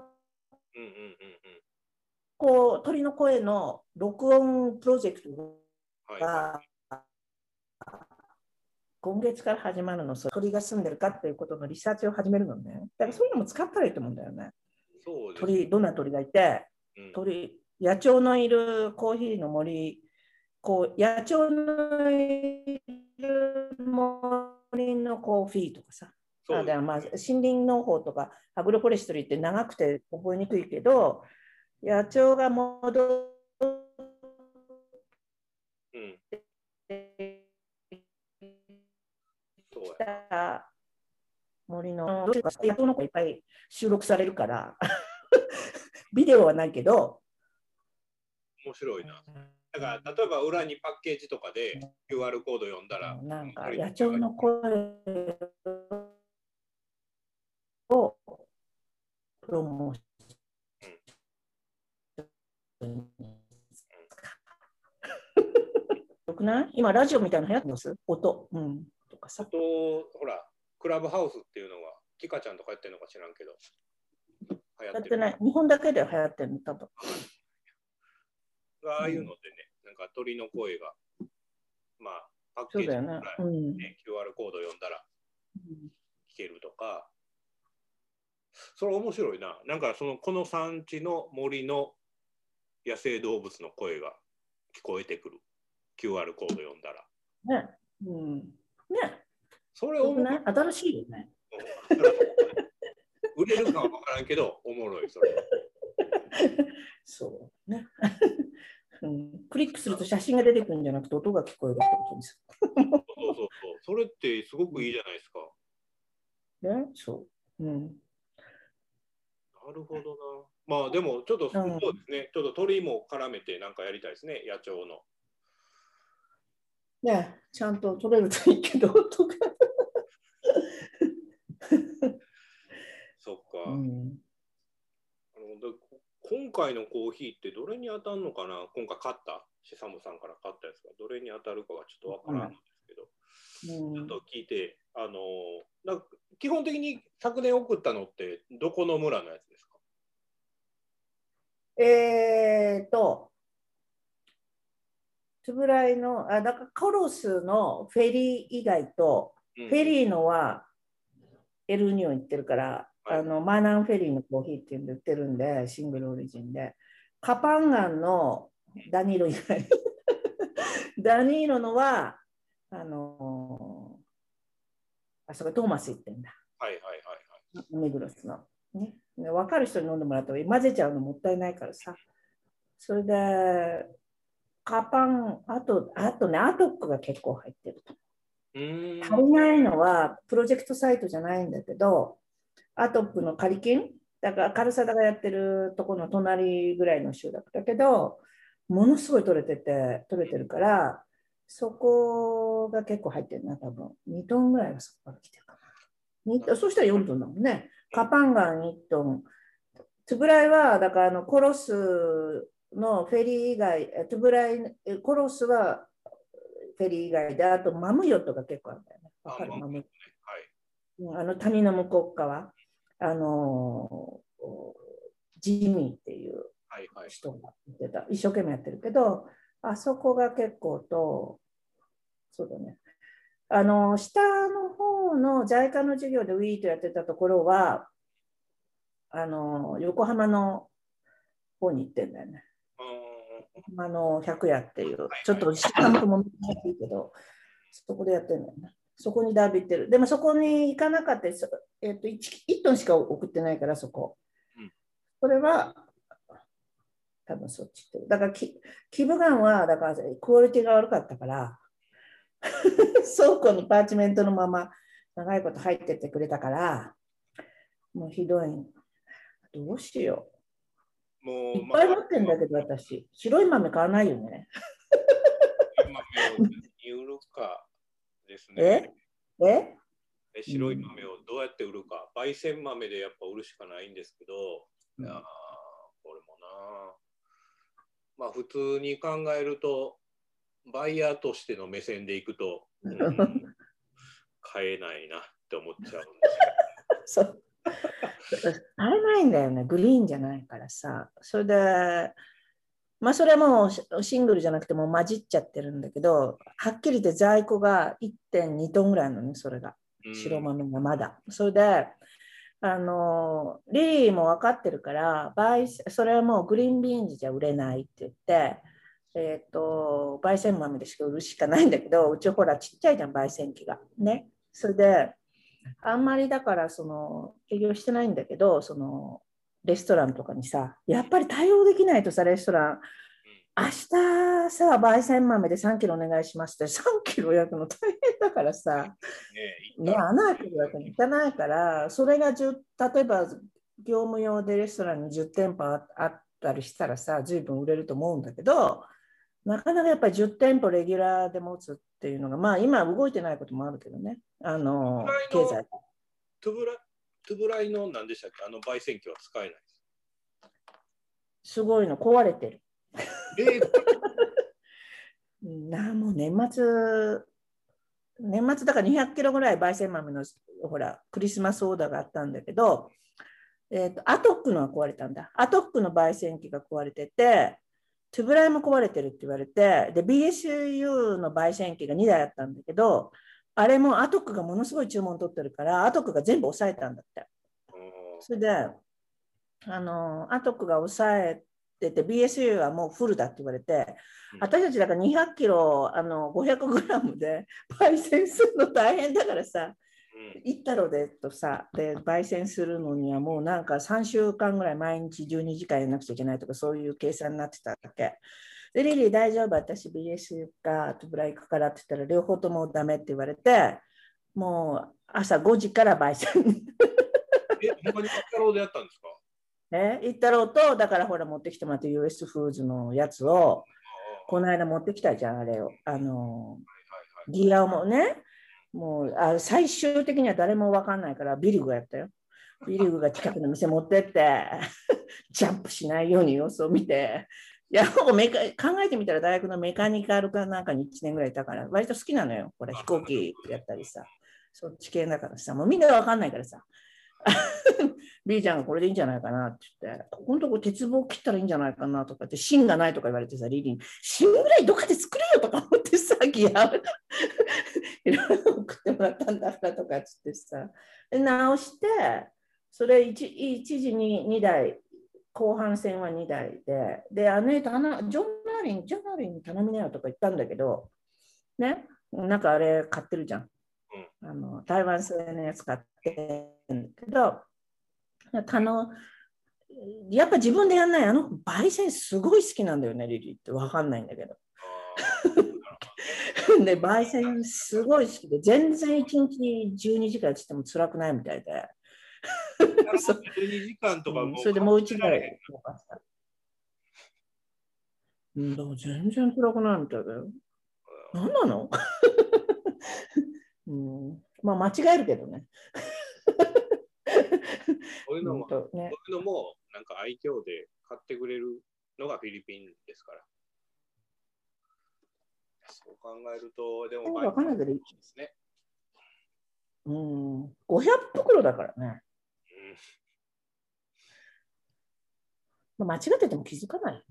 鳥の声の録音プロジェクトが、今月から始まるの、鳥が住んでるかっていうことのリサーチを始めるのね。だからそういうのも使ったらいいと思うんだよね。どんな鳥がいて、野鳥のいるコーヒーの森、野鳥のいる森のコーヒーとかさ、だからまあ森林農法とかアグロフォレストリーって長くて覚えにくいけど、野鳥が戻ってきた森の野鳥の子いっぱい収録されるからビデオはないけど面白いな。だから例えば裏にパッケージとかで QR コード読んだら、 なんか野鳥の声をプロモーション。よくない？今ラジオみたいなの流行ってます？音、とかさ。 音、ほら、クラブハウスっていうのが、キカちゃんとかやってるのか知らんけど。 やってない。日本だけで流行ってるの、多分。 ああいうのでね、なんか鳥の声が、まあ、パッケージぐらい、QR コード読んだら聞けるとか、それ面白いな。なんかこの産地の森の野生動物の声が聞こえてくる。QR コード読んだら。 ね。 それを新しいよね。 売れるかは分からんけど、おもろい、それ。 そうね。クリックすると写真が出てくるんじゃなくて音が聞こえるってことです。 そう。それってすごくいいじゃないですか。 ね、そう。 なるほどな。まあでもちょっとそうですね。ちょっと鳥も絡めてなんかやりたいですね。野鳥の。 ね、ちゃんと取れるといいけどとか。 そっか。今回のコーヒーってどれに当たるのかな。今回買ったシサムさんから買ったやつがどれに当たるかがちょっとわからないんですけど、ちょっと聞いて、基本的に昨年送ったのってどこの村のやつですか？ つぶらいの、だからコロスのフェリー以外と、フェリーのはエルニオン行ってるから、マーナンフェリーのコーヒーっていうんで売ってるんで、シングルオリジンで。カパンガンのダニーロ以外。ダニーロのは、そこトーマス行ってんだ。メグロスの。ね、分かる人に飲んでもらった方がいい。混ぜちゃうのもったいないからさ。それで、カパン、あとね、アトックが結構入ってると。足りないのは、プロジェクトサイトじゃないんだけど、アトックのカリキン、だからカルサダがやってるところの隣ぐらいの集落だけど、ものすごい取れてるから、そこが結構入ってるな、多分。2トンぐらいはそこから来てるかな。そしたら4トンだもんね。カパンガン1トン。トゥブライは、だからコロスのフェリー以外、トゥブライ、コロスはフェリー以外で、あとマムヨットが結構あるんだよね。わかる？マムヨット。谷の向こう側、ジミーっていう人が言ってた。一生懸命やってるけど、あそこが結構と、そうだね。下の方の在家の授業でウィートやってたところは、横浜の方に行ってんだよね。100屋っていう、ちょっと時間ともないいけど、そこでやってるんだよね。そこにだいぶ行ってる。でもそこに行かなかった、1トンしか送ってないから、そこ。それは、多分そっち行ってる。だから、キブガンは、だからクオリティが悪かったから、倉庫にパーチメントのまま長いこと入ってってくれたから、もうひどい。どうしよう。いっぱい持ってんだけど、私。白い豆買わないよね。 豆を売るかですね。白い豆をどうやって売るか。焙煎豆でやっぱ売るしかないんですけど、これもな。 まあ普通に考えるとバイヤーとしての目線でいくと、買えないなって思っちゃうんですそう。買えないんだよね。グリーンじゃないからさ。それで、まあそれはもうシングルじゃなくてもう混じっちゃってるんだけど、はっきり言って在庫が 1.2 トンぐらいなのね、それが。白豆がまだ。それで、リリーも分かってるから、それはもうグリーンビーンズじゃ売れないって言って、焙煎豆でしか売るしかないんだけど、うちほらちっちゃいじゃん、焙煎機が。ね。それで、あんまりだから営業してないんだけど、レストランとかにさ、やっぱり対応できないとさ、レストラン、明日さ、焙煎豆で3キロお願いしますって、3キロ焼くの大変だからさ、ね、穴開けるわけにいかないから、それが例えば業務用でレストランに10店舗あったりしたらさ、随分売れると思うんだけど、なかなかやっぱり10店舗レギュラーで持つっていうのが、まあ今動いてないこともあるけどね、経済。 トゥブライの何でしたっけ、焙煎機は使えないです。 すごいの、壊れてる。もう年末だから200キロぐらい焙煎豆のほらクリスマスオーダーがあったんだけど、アトックのは壊れたんだ。アトックの焙煎機が壊れてて、トゥブライも壊れてるって言われて、で BSU の焙煎機が2台あったんだけど、あれもアトックがものすごい注文取ってるから、アトックが全部抑えたんだって。それでアトックが抑えてて BSU はもうフルだって言われて、私たちだから200キロ500グラムで焙煎するの大変だからさ、行ったろでとさ、で焙煎するのにはもうなんか3週間ぐらい毎日12時間やらなくちゃいけないとか、そういう計算になってたわけで、リリー大丈夫、私 BS かトゥブラ行くからって言ったら両方ともダメって言われて、もう朝5時から焙煎ほんまに行ったろうでやったんですか？ 行ったろうと、だからほら持ってきてもらって US フーズのやつをこの間持ってきたじゃん、あれをギアもね、もう最終的には誰も分かんないからビリグがやったよ。ビリグが近くの店持ってってジャンプしないように様子を見て、いや考えてみたら大学のメカニカルかなんかに1年ぐらいいたから割と好きなのよ。これ飛行機やったりさ、そっち系だからさ、もうみんな分かんないからさB ちゃんがこれでいいんじゃないかなって言って、ここのとこ鉄棒切ったらいいんじゃないかなとかって、芯がないとか言われてさ、リリーに芯ぐらいどっかで作れよとか思ってさ、ギアいろいろ送ってもらったんだからとかっつってさ、直して、それ一時に2台、後半戦は2台で、で、ジョン・ナリンに頼みなよとか言ったんだけど、ね、なんかあれ買ってるじゃん。台湾製のやつ買ってるんだけど、やっぱ自分でやんない、焙煎すごい好きなんだよね、リリーって分かんないんだけど。で、焙煎すごい好きで、全然1日12時間やってても辛くないみたいで。 12時間とかもそれでもう一台とかさ。だから全然辛くないみたいだよ。何なのまあ間違えるけどね。 こういうのもなんか愛嬌で買ってくれるのがフィリピンですから。そう考えると、でも分かんないけどいいですね。500袋だからね。間違ってても気づかない。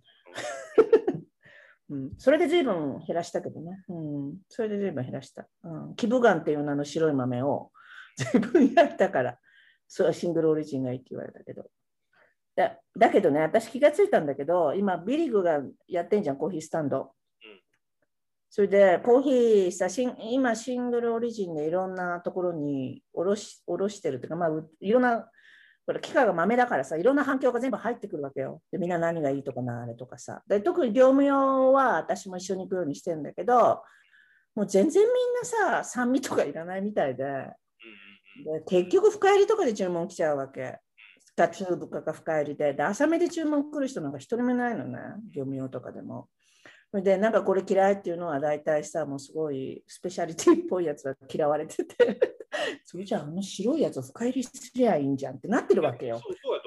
それで随分減らしたけどね。それで随分減らした。キブガンっていう名の白い豆を随分やったから、それはシングルオリジンがいいって言われたけど。だけどね、私気がついたんだけど、今ビリグがやってんじゃん、コーヒースタンド。それでコーヒーさ、今シングルオリジンでいろんなところに卸してるっていうか、まあ、いろんな、これ機械が豆だからさ、いろんな反響が全部入ってくるわけよ。で、みんな何がいいとかな、あれとかさ。で、特に業務用は私も一緒に行くようにしてるんだけど、もう全然みんなさ、酸味とかいらないみたいで、結局深入りとかで注文来ちゃうわけ。チューブとか深入りで、浅めで注文来る人なんか一人もいないのね、業務用とかでも。で、なんかこれ嫌いっていうのは大体さ、もうすごいスペシャリティっぽいやつは嫌われててそれじゃあ白いやつを深入りすりゃいいんじゃんってなってるわけよ。 そうやと思います。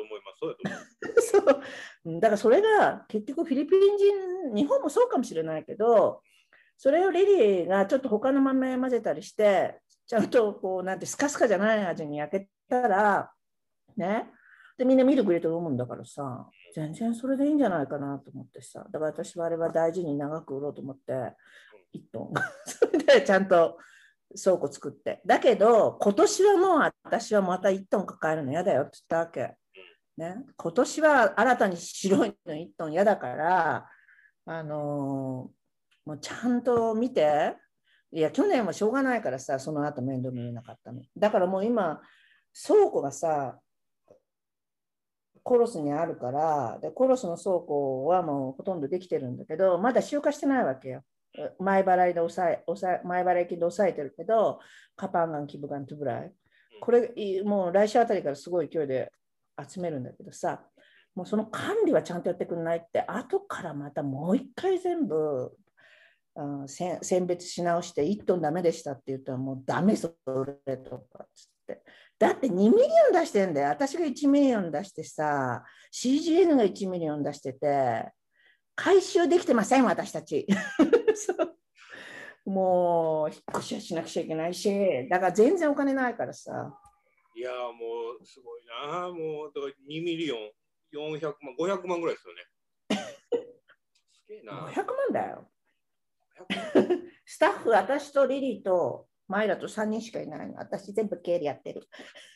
そうだと思う。 そうだからそれが結局フィリピン人、日本もそうかもしれないけど、それをリリーがちょっと他の豆混ぜたりして、ちゃんとこうなんてスカスカじゃない味に焼けたら、ね、でみんなミルク入れて飲むんだからさ、全然それでいいんじゃないかなと思ってさ、だから私はあれは大事に長く売ろうと思って、1トン。それでちゃんと倉庫作って。だけど、今年はもう私はまた1トン抱えるの嫌だよって言ったわけ。ね、今年は新たに白いの1トン嫌だから、もうちゃんと見て、いや、去年はしょうがないからさ、その後面倒見れなかったの。だからもう今、倉庫がさ、コロスにあるから、でコロスの倉庫はもうほとんどできてるんだけど、まだ集荷してないわけよ。前払いで前払い金で抑えてるけど、カパンガン、キブガン、トゥブライ。これ、もう来週あたりからすごい勢いで集めるんだけどさ、もうその管理はちゃんとやってくんないって、後からまたもう一回全部、選別し直して1トンダメでしたって言ったらもうダメそれとかっつって。だって2ミリオン出してんだよ。私が1ミリオン出してさ、CGN が1ミリオン出してて、回収できてません、私たち。もう引っ越しはしなくちゃいけないし、だから全然お金ないからさ。 いやもうすごいな、もうだから2ミリオン、400万、500万ぐらいですよね。すげえな。 500万だよ。スタッフ、私とリリーとマイラと3人しかいないの。私全部経理やってる。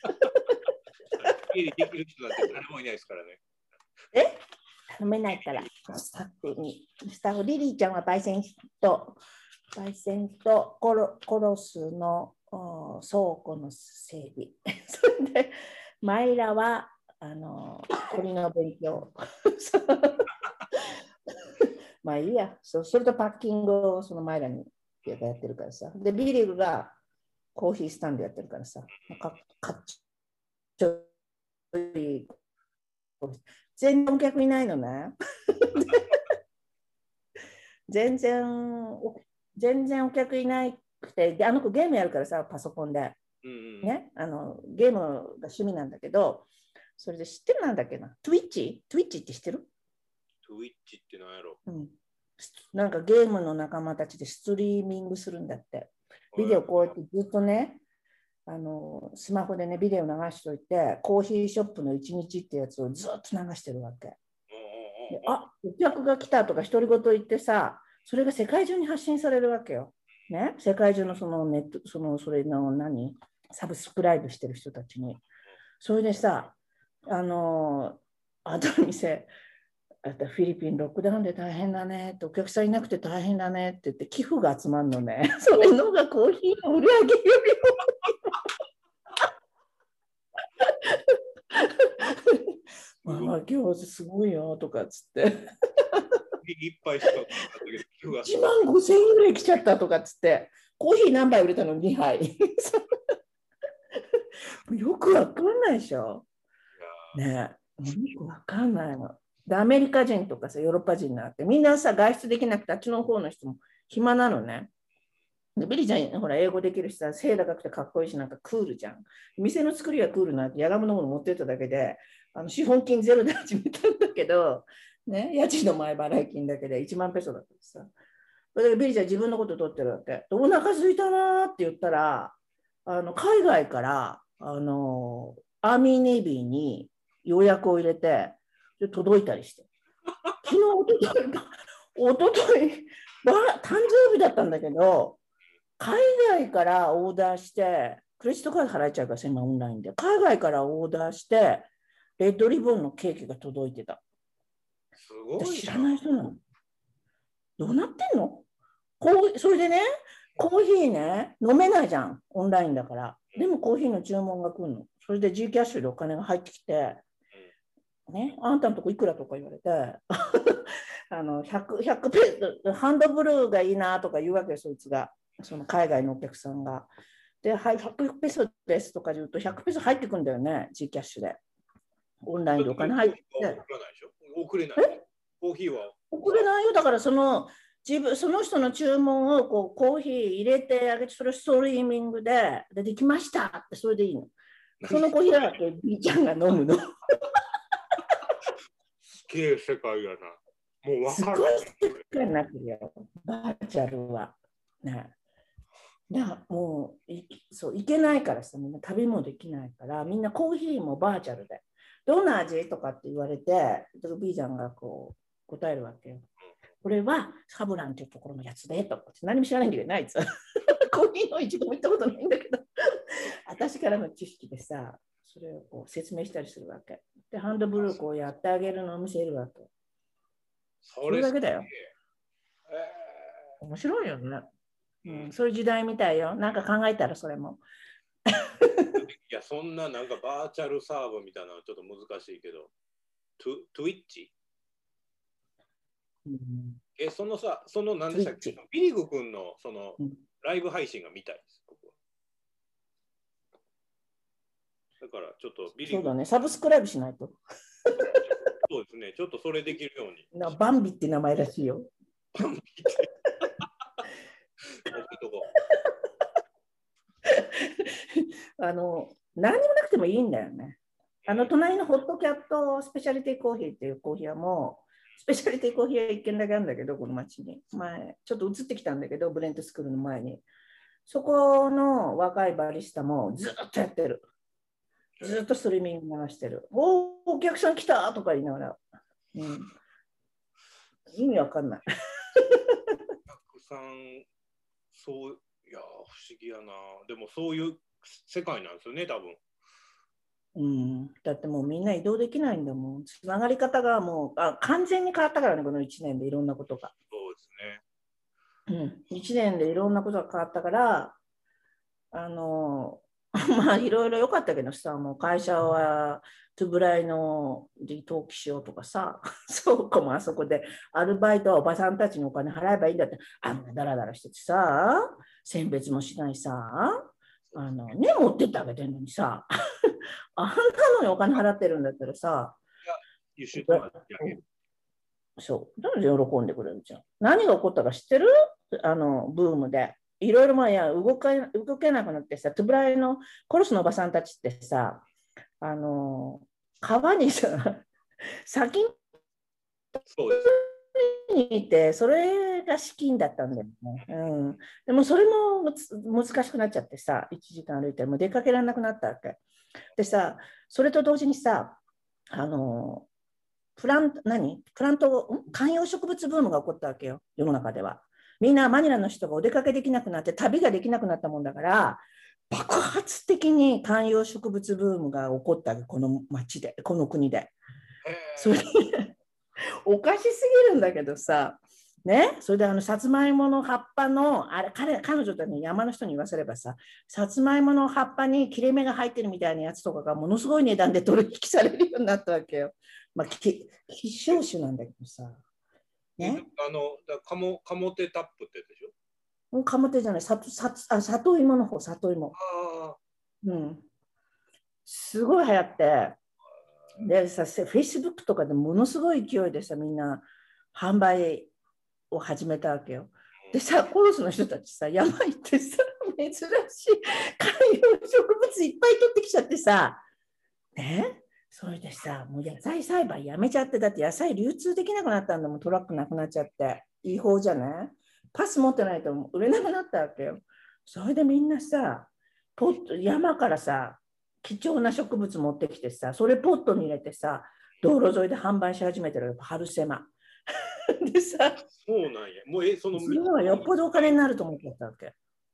経理できる人なんて誰もいないですからね。 頼めないから、スタッフ、リリーちゃんは焙煎とコロスの倉庫の整備。それで、マイラは鳥の勉強。まあいいや、それとパッキングをそのマイラにやってるからさ。で、ビリーがコーヒースタンドやってるからさ。かっちょいい。全然お客いないのね。全然お客いなくて、で子ゲームやるからさ、パソコンで。ね、ゲームが趣味なんだけど、それで知ってるなんだっけな。Twitch って知ってる？ Twitch って何やろ？ なんかゲームの仲間たちでストリーミングするんだって。ビデオこうやってずっとね、スマホでね、ビデオ流しておいて、コーヒーショップの一日ってやつをずっと流してるわけ。でお客が来たとか独り言言ってさ、それが世界中に発信されるわけよ。ね、世界中のそのネット、それのサブスクライブしてる人たちに。それでさ、あの店、フィリピンロックダウンで大変だねって、お客さんいなくて大変だねって言って寄付が集まるのね。それのがコーヒーの売り上げよりもママ餃子すごいよとかっつっていっぱいしか 1万5000円ぐらい来ちゃったとかっつって、コーヒー何杯売れたの2杯よくわかんないでしょねえ、よくわかんないので。アメリカ人とかさ、ヨーロッパ人なんてみんなさ、外出できなくて、あっちの方の人も暇なのね。でビリちゃん、ほら、英語できるしさ、背高くてかっこいいし、なんかクールじゃん。店の作りはクールなんて、やがむのもの持ってっただけで、資本金ゼロで始めたんだけど、ね、家賃の前払い金だけで1万ペソだったさ。それでビリちゃん自分のこと取ってるわけ。お腹空いたなって言ったら、海外からアーミーネイビーに予約を入れて、で届いたりして。昨日、おととい、誕生日だったんだけど、海外からオーダーして、クレジットカード払えちゃうから今オンラインで。海外からオーダーして、レッドリボンのケーキが届いてた。 すごい。 知らない人なの。どうなってんの？それでね、コーヒーね、飲めないじゃん、オンラインだから。でもコーヒーの注文が来るの。それで G キャッシュでお金が入ってきて、ね、あんたのとこいくらとか言われて、100ペーハンドブルーがいいなとか言うわけよ、そいつが。その海外のお客さんが。で、100ペソですとか言うと、100ペソ入ってくるんだよね、G キャッシュで。オンラインでお金入って。 送れない。コーヒーは送れないよ。だからその人の注文をコーヒー入れてあげて、それをストリーミングでできましたって、それでいいの。そのコーヒーだけ B ちゃんが飲むの。 げえ世界やな。もう分かる。 すごい世界になってるよ、バーチャルは。ね。もうそう行けないからさ、みんな旅もできないから、みんなコーヒーもバーチャルで。どんな味とかって言われて、ビーちゃんがこう答えるわけよ。これはサブランっていうところのやつでとかって何も知らないんだけど、ないつ。コーヒーの一度も行ったことないんだけど、私からの知識でさ、それをこう説明したりするわけ。で、ハンドブルーこうやってあげるのを見せるわけ。それだけだよ。面白いよね。そういう時代みたいよ。なんか考えたらそれも。 いや、そんななんかバーチャルサーブみたいなのはちょっと難しいけど、トゥイッチ、そのさ、その何でしたっけ、ビリグ君のそのライブ配信が見たいです、僕は。だからちょっとビリグ。 そうだね、サブスクライブしないと。 そうですね、ちょっとそれできるように。 バンビって名前らしいよ。 バンビって。 何にもなくてもいいんだよね。隣のホットキャットスペシャリティコーヒーっていうコーヒーはもう、スペシャリティコーヒーは一軒だけあるんだけど、この町に。前、ちょっと移ってきたんだけど、ブレントスクールの前に。そこの若いバリスタもずっとやってる。ずっとストリーミング流してる。お客さん来たとか言いながら。意味わかんない。 お客さん、そう、いや、不思議やな。でもそういう世界なんですよね、多分。 だってもうみんな移動できないんだもん。つながり方がもう完全に変わったからね、この1年でいろんなことが。 そうですね。1年でいろんなことが変わったから、まあいろいろ良かったけどさ、もう会社はトゥブライの離登記しようとかさ、そうかもあそこでアルバイトはおばさんたちにお金払えばいいんだって、あんなダラダラしててさ、選別もしないさ、ね、持ってってあげてんのにさ、あんなのにお金払ってるんだったらさ、そう、なんで喜んでくれるじゃん。何が起こったか知ってる？ブームで。いろいろまあや動けなくなってさ、トゥブライのコロスのおばさんたちってさ、川にさ、先にいて、それが資金だったんだよね。でもそれも難しくなっちゃってさ、1時間歩いてもう出かけられなくなったわけ。でさ、それと同時にさ、プラント、観葉植物ブームが起こったわけよ、世の中では。みんなマニラの人がお出かけできなくなって旅ができなくなったもんだから、爆発的に観葉植物ブームが起こったわけ、この町で、この国で。それおかしすぎるんだけどさ、ね、それでさつまいもの葉っぱの、あれ彼女とね、山の人に言わせればさ、さつまいもの葉っぱに切れ目が入ってるみたいなやつとかがものすごい値段で取引されるようになったわけよ。まあ、希少種なんだけどさ。 ね、カモテタップってでしょ？カモテじゃない、里芋の方、里芋。すごい流行って。でさ、Facebook とかでものすごい勢いでさ、みんな販売を始めたわけよ。でさ、コロスの人たちさ、山行ってさ、珍しい観葉植物いっぱい取ってきちゃってさ、ね、それでさ、もう野菜栽培やめちゃって、だって野菜流通できなくなったんだもん、トラックなくなっちゃって。違法じゃない？パス持ってないと売れなくなったわけよ。それでみんなさ、山からさ、貴重な植物持ってきてさ、それポットに入れてさ、道路沿いで販売し始めてる春セマ。でさ、 そうなんや。もうそののはよっぽどお金になると思ってたわけ。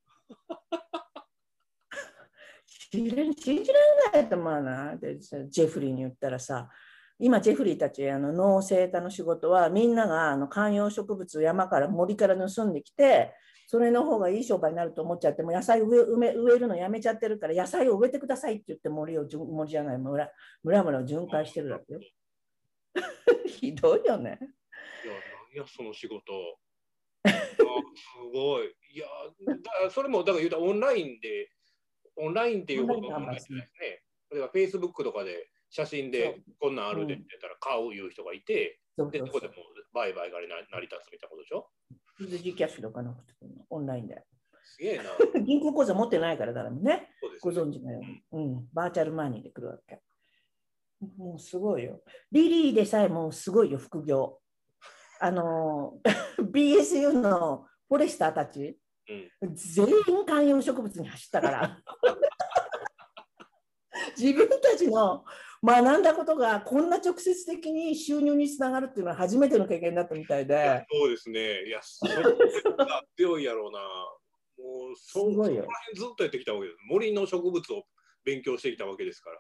信じられないと思わないで、ジェフリーに言ったらさ、今ジェフリーたち農政家の仕事はみんなが観葉植物を山から森から盗んできて、それの方がいい商売になると思っちゃって、もう野菜植えるのやめちゃってるから、野菜を植えてくださいって言って森じゃない村を巡回してるわけよ。ひどいよね。 いやその仕事。すごい。いやそれもだから言うたらオンラインっていうことなんですね。例えば Facebook とかで写真でこんなんあるでって言ったら買ういう人がいて、でそこでも売買が成り立つみたいなことでしょ。 G キャッシュとかなくてオンラインで。 すげえな。 銀行口座持ってないからだろうね。ご存知のように。バーチャルマニーで来るわけ。 もうすごいよ。リリーでさえもうすごいよ、副業。BSU のフォレスターたち、全員観葉植物に走ったから。自分たちの学んだことがこんな直接的に収入につながるっていうのは初めての経験だったみたいで。 そうですね。いや、それが強いやろうな。もうそこら辺ずっとやってきたわけです。森の植物を勉強してきたわけですから。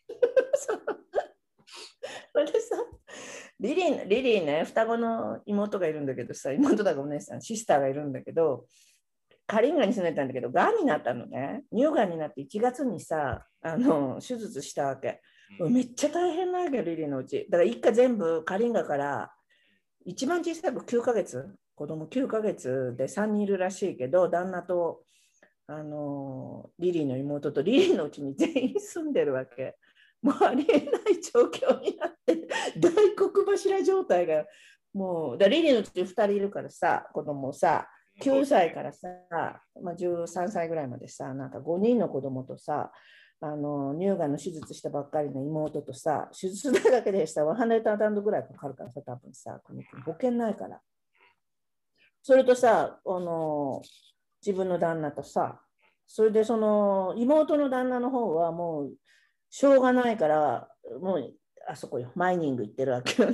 それでさ、リリーね、双子の妹がいるんだけどさ、妹だかお姉さん、シスターがいるんだけど、カリンガに住んでたんだけど、がんになったのね。乳がんになって1月にさ、手術したわけ。めっちゃ大変なわけよ、リリーのうち。だから一家全部カリンガから一番小さい子9ヶ月、子供9ヶ月で3人いるらしいけど、旦那とリリーの妹とリリーのうちに全員住んでるわけ。もうありえない状況になって、大黒柱状態が、もう、リリーのうち2人いるからさ、子供さ、9歳からさ、13歳ぐらいまでさ、なんか5人の子供とさ、乳がんの手術したばっかりの妹とさ、手術代だけでしたら100,000ぐらいかかるからさ、多分さ、保険ないから。それとさ、自分の旦那とさ、それでその妹の旦那の方はもうしょうがないから、もうあそこよ、マイニング行ってるわけよね。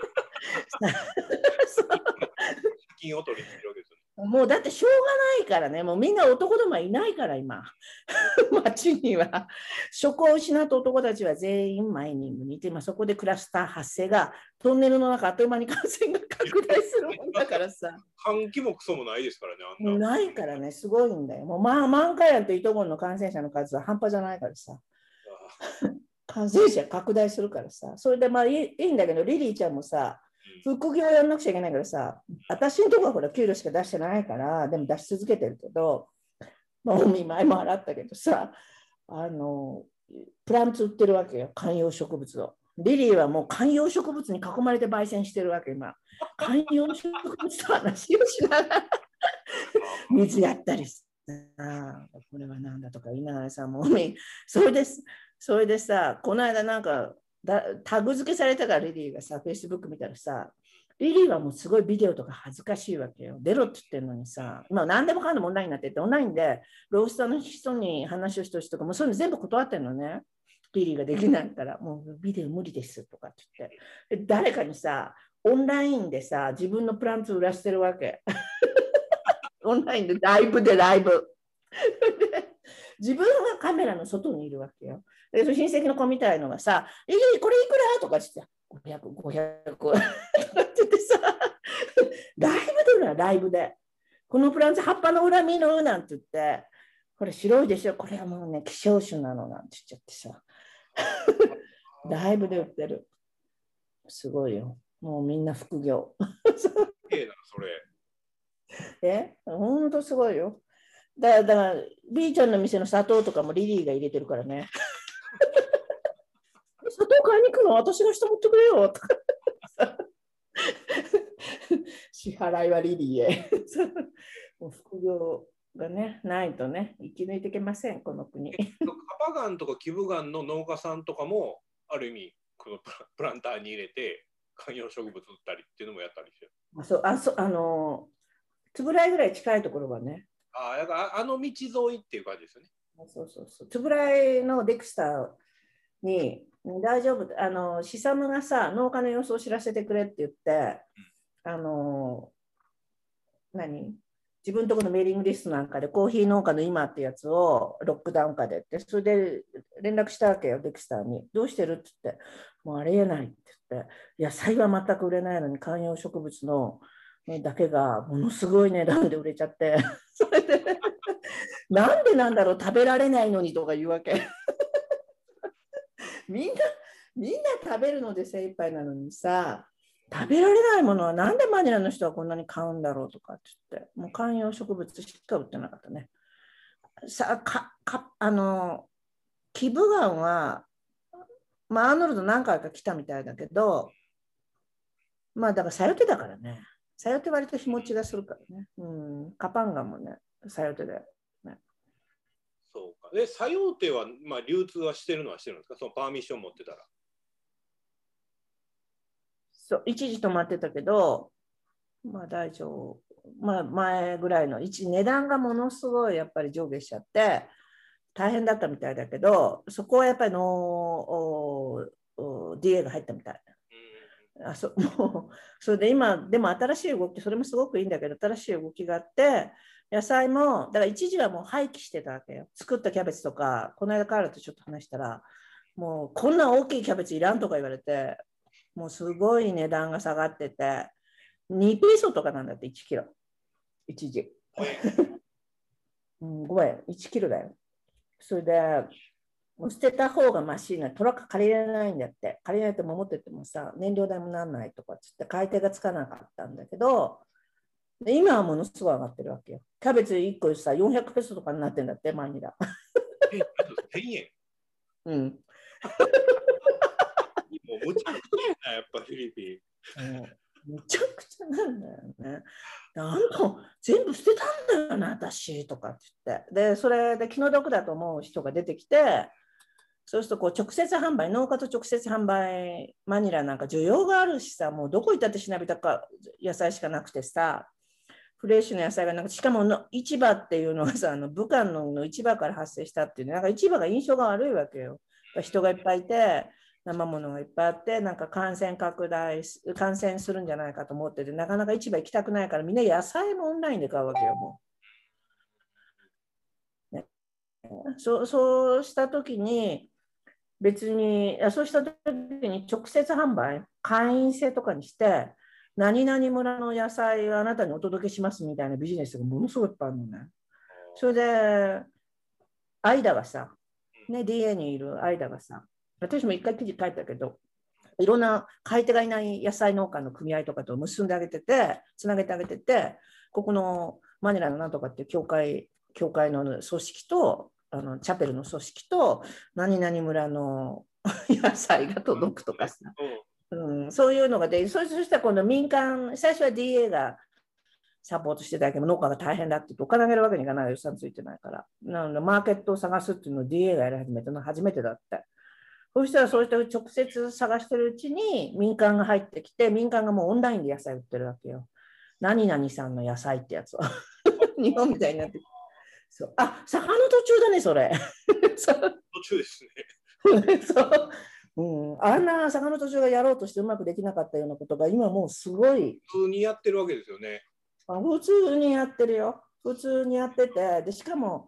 金を取りに行ってるわけですよね。 もうだってしょうがないからね、もうみんな男どもはいないから今、町には。職を失った男たちは全員マイニングにいて、そこでクラスター発生が、トンネルの中あっという間に感染が拡大するもんだからさ。 換気もクソもないですからね、 あんな。ないからね、すごいんだよ。もう満開やとイトゴンの感染者の数は半端じゃないからさ。感染者拡大するからさ。それでいいんだけど、リリーちゃんもさ、副業やんなくちゃいけないからさ、私のところはほら給料しか出してないから、でも出し続けてるけど、お見舞いも払ったけどさ、プランツ売ってるわけよ、観葉植物を。リリーはもう観葉植物に囲まれて焙煎してるわけ、今。観葉植物と話をしながら水やったりさ、これはなんだとか言いながらさ、もうそれでさ、この間なんかタグ付けされたからリリーがさ、Facebook 見たらさ、リリーはもうすごいビデオとか恥ずかしいわけよ。出ろって言ってるのにさ、今何でもかんでもオンラインになってて、オンラインでロースターの人に話をしてほしいとか、もうそういうの全部断ってるのね。リリーができないから、もうビデオ無理ですとかって言って。で誰かにさ、オンラインでさ、自分のプランツ売らしてるわけ。オンラインでライブでライブ。自分はカメラの外にいるわけよ。で親戚の子みたいのがさ、これいくらとかって言って、500とかって言ってさ、ライブでるわ、ライブで。このプランツ葉っぱの裏見るなんて言って、これ白いでしょ、これはもうね、希少種なのなんて言っちゃってさ。ライブで売ってる。すごいよ。もうみんな副業。 すげえな、それ。 ほんとすごいよ。だから、B ちゃんの店の砂糖とかもリリーが入れてるからね。砂糖買いに行くの私がして持ってくれよとか。支払いはリリーへ。もう副業がね、ないとね、生き抜いていけません、この国。 カパガンとかキブガンの農家さんとかも、ある意味、このプランターに入れて、観葉植物売ったりっていうのもやったりしてる。 つぶらいぐらい近いところはね。 だから道沿いっていう感じですよね。 そう。つぶらいのデクスターに、大丈夫、シサムがさ、農家の様子を知らせてくれって言って、自分のところのメーリングリストなんかでコーヒー農家の今ってやつをロックダウン下でって、それで連絡したわけよ、デクスターに。どうしてるって言って、もうありえないって言って、野菜は全く売れないのに観葉植物のだけがものすごい値段で売れちゃって、それでなんでなんだろう、食べられないのにとか言うわけ。みんな食べるので精一杯なのにさ、食べられないものはなんでマニラの人はこんなに買うんだろうとかって言って、もう観葉植物しか売ってなかったね。キブガンは、アーノルド何回か来たみたいだけど、だからサヨテだからね。サヨテ割と日持ちがするからね。カパンガンもね、サヨテで、ね。 そうか。で、サヨテは、流通はしてるのはしてるんですか、そのパーミッション持ってたら。 そう一時止まってたけど、まあ大丈夫。まあ前ぐらいの値段がものすごいやっぱり上下しちゃって大変だったみたいだけど、そこはやっぱりDA が入ったみたい。もうそれで今でも新しい動き、それもすごくいいんだけど、新しい動きがあって、野菜もだから一時はもう廃棄してたわけよ。作ったキャベツとか、この間カールとちょっと話したら、もうこんな大きいキャベツいらんとか言われて、もうすごい値段が下がってて、2ペソとかなんだって、1キロ。一時。ごめん、1キロだよ。それで、もう捨てた方がマシな、トラック借りれないんだって。借りないと持ってってもさ、燃料代もなんないとかつって買い手がつかなかったんだけど、今はものすごい上がってるわけよ。キャベツ1個さ、400ペソとかになってんだって、マニラ。 1000円。 うん。 もうむちゃくちゃやな、やっぱフィリピン。 むちゃくちゃなんだよね。全部捨てたんだよな、私とかって言って。で、それで気の毒だと思う人が出てきて、そうするとこう直接販売、農家と直接販売、マニラなんか需要があるしさ、もうどこ行ったってしなびたか野菜しかなくてさ、フレッシュな野菜がなくて、しかも市場っていうのがさ、武漢の市場から発生したっていう、なんか市場が印象が悪いわけよ。人がいっぱいいて、生物がいっぱいあって、なんか感染するんじゃないかと思ってて、なかなか市場行きたくないから、みんな野菜もオンラインで買うわけよ、もう。ね、そうしたときに、そうした時に直接販売、会員制とかにして、何々村の野菜をあなたにお届けしますみたいなビジネスがものすごいいっぱいあるのね。それで、アイダがさ、ね、DA にいるアイダがさ、私も一回記事書いたけど、いろんな買い手がいない野菜農家の組合とかと結んであげてて、つなげてあげてて、ここのマニラのなんとかっていう教会の組織と、チャペルの組織と、何々村の野菜が届くとかさ、そういうのがで、そしたら今度民間、最初は DA がサポートしてたけど、農家が大変だって言ってお金あげるわけにいかない、予算ついてないから。なので、マーケットを探すっていうのを DA がやり始めたのは初めてだって。そうしたら、そうして直接探してるうちに民間が入ってきて、民間がもうオンラインで野菜売ってるわけよ。何々さんの野菜ってやつは。日本みたいになって。そう、あ、坂の途中だね、それ。 途中ですね。そう。あんな坂の途中がやろうとしてうまくできなかったようなことが今もうすごい普通にやってるわけですよね。 普通にやってるよ。普通にやってて、でしかも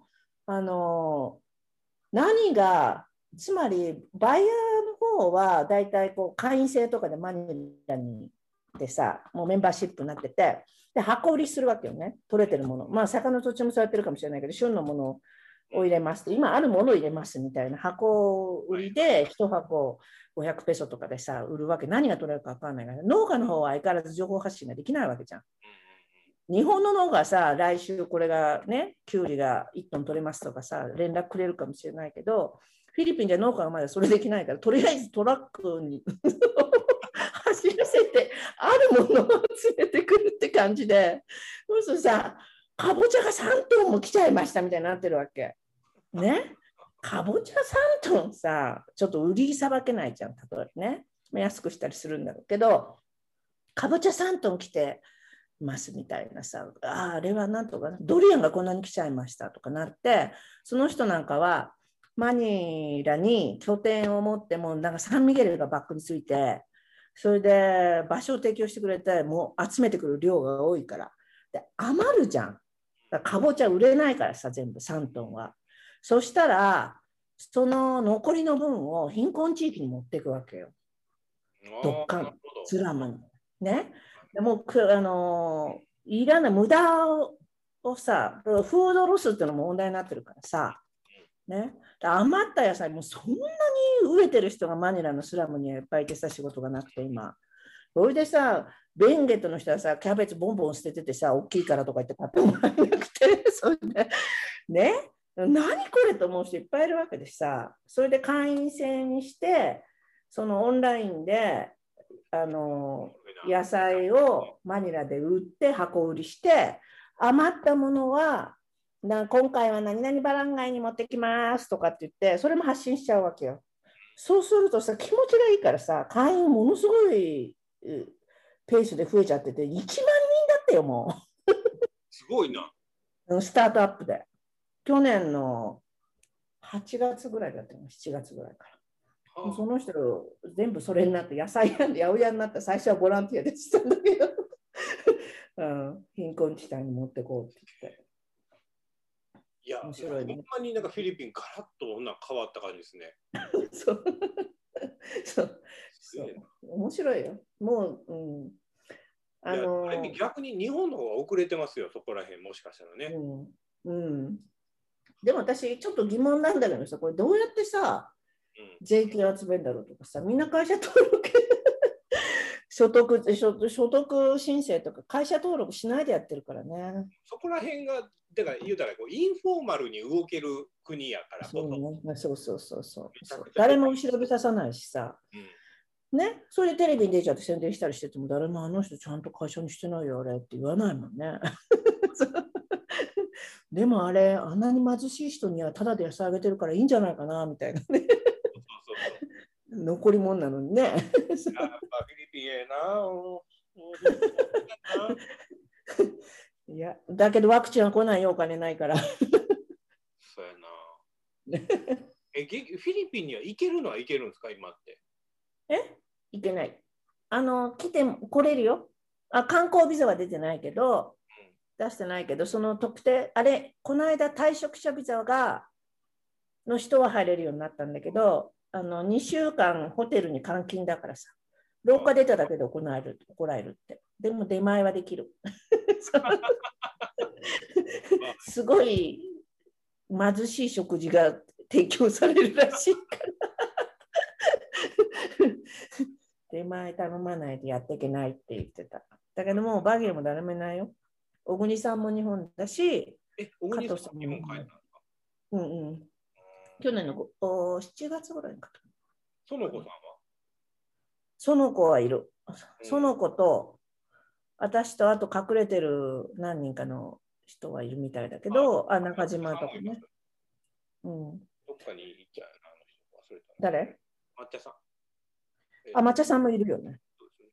何がつまりバイヤーの方はだいたいこう会員制とかでマニラにでさ、もうメンバーシップになってて、で箱売りするわけよね、取れてるもの。まあ魚の途中もそうやってるかもしれないけど、旬のものを入れますと、今あるものを入れますみたいな箱売りで1箱500ペソとかでさ、売るわけ。何が取れるか分かんないから、農家の方は相変わらず情報発信ができないわけじゃん。日本の農家はさ、来週これがね、キュウリが1トン取れますとかさ、連絡くれるかもしれないけど、フィリピンで農家はまだそれできないから、とりあえずトラックに走らせて、あるものを連れてくるって感じで、そうするとさ、かぼちゃが3トンも来ちゃいましたみたいになってるわけ。ね。かぼちゃ3トンさ、ちょっと売りさばけないじゃん、例えばね。安くしたりするんだろうけど、かぼちゃ3トン来てますみたいなさ、あれはなんとか、ドリアンがこんなに来ちゃいましたとかなって、その人なんかは、マニラに拠点を持っても、なんかサンミゲルがバックについて、それで場所を提供してくれて、もう集めてくる量が多いから。で、余るじゃん。かぼちゃ売れないからさ、全部3トンは。そしたら、その残りの分を貧困地域に持っていくわけよ。どっかん、スラムに。ね。でもいらない無駄をさ、フードロスっていうのも問題になってるからさ、ね。余った野菜、もうそんなに飢えてる人がマニラのスラムにはいっぱいいてさ、仕事がなくて今。それでさ、ベンゲットの人はさ、キャベツボンボン捨てててさ、大きいからとか言って買ってもらえなくて、それで、ね、何これと思う人いっぱいいるわけでさ、それで会員制にして、そのオンラインで、野菜をマニラで売って箱売りして、余ったものは、今回は何々バラン街に持ってきますとかって言って、それも発信しちゃうわけよ。そうするとさ、気持ちがいいからさ、会員ものすごいペースで増えちゃってて、1万人だったよ、もすごいな。 う。スタートアップで。去年の8月ぐらいだったの、7月ぐらいから。 はあ、 その人、全部それになって、野菜屋で八百屋になった。最初はボランティアでしたんだけど、うん、貧困地帯に持ってこうって言って。 いや、 面白いね。 ほんまになんかフィリピン、ガラッと変わった感じですね。 そうそうそう面白いよ。もう、うん、 いや、あれ逆に日本の方が遅れてますよ、そこら辺、もしかしたらね。 うん、でも私、ちょっと疑問なんだけどさ、これどうやってさ、税金集めるんだろうとかさ、みんな会社登録所得申請とか会社登録しないでやってるからね。 そこら辺が、だから言うたらインフォーマルに動ける国やから、 そう。誰も後ろびささないしさ。ね、それでテレビに出ちゃって宣伝したりしてても、誰もあの人ちゃんと会社にしてないよ、あれって言わないもんね。でもあれ、あんなに貧しい人にはただで安あげてるからいいんじゃないかな、みたいなね。残り物なのにね。 やっぱフィリピンええな。 いや、だけどワクチンは来ないよ、お金ないから。 そうやな。フィリピンには行けるのは行けるんですか、今って。 いけない。来れるよ。観光ビザは出てないけど、出してないけど、その特定、この間退職者ビザの人は入れるようになったんだけど、2週間ホテルに監禁だからさ、廊下出ただけで怒られるって。でも出前はできる。すごい貧しい食事が提供されるらしいから。出前頼まないとやっていけないって言ってた。だけどもうバギーも誰もいないよ。小国さんも日本だし、 小国さんも日本帰ったんですか？ 去年の7月ぐらいにかと。 園子さんは？ 園子はいる。園子と私とあと隠れてる何人かの人はいるみたいだけど、中島とかね。 どっかに行っちゃうな、あの人。忘れた。 誰？ 抹茶さん。 抹茶さんもいるよね。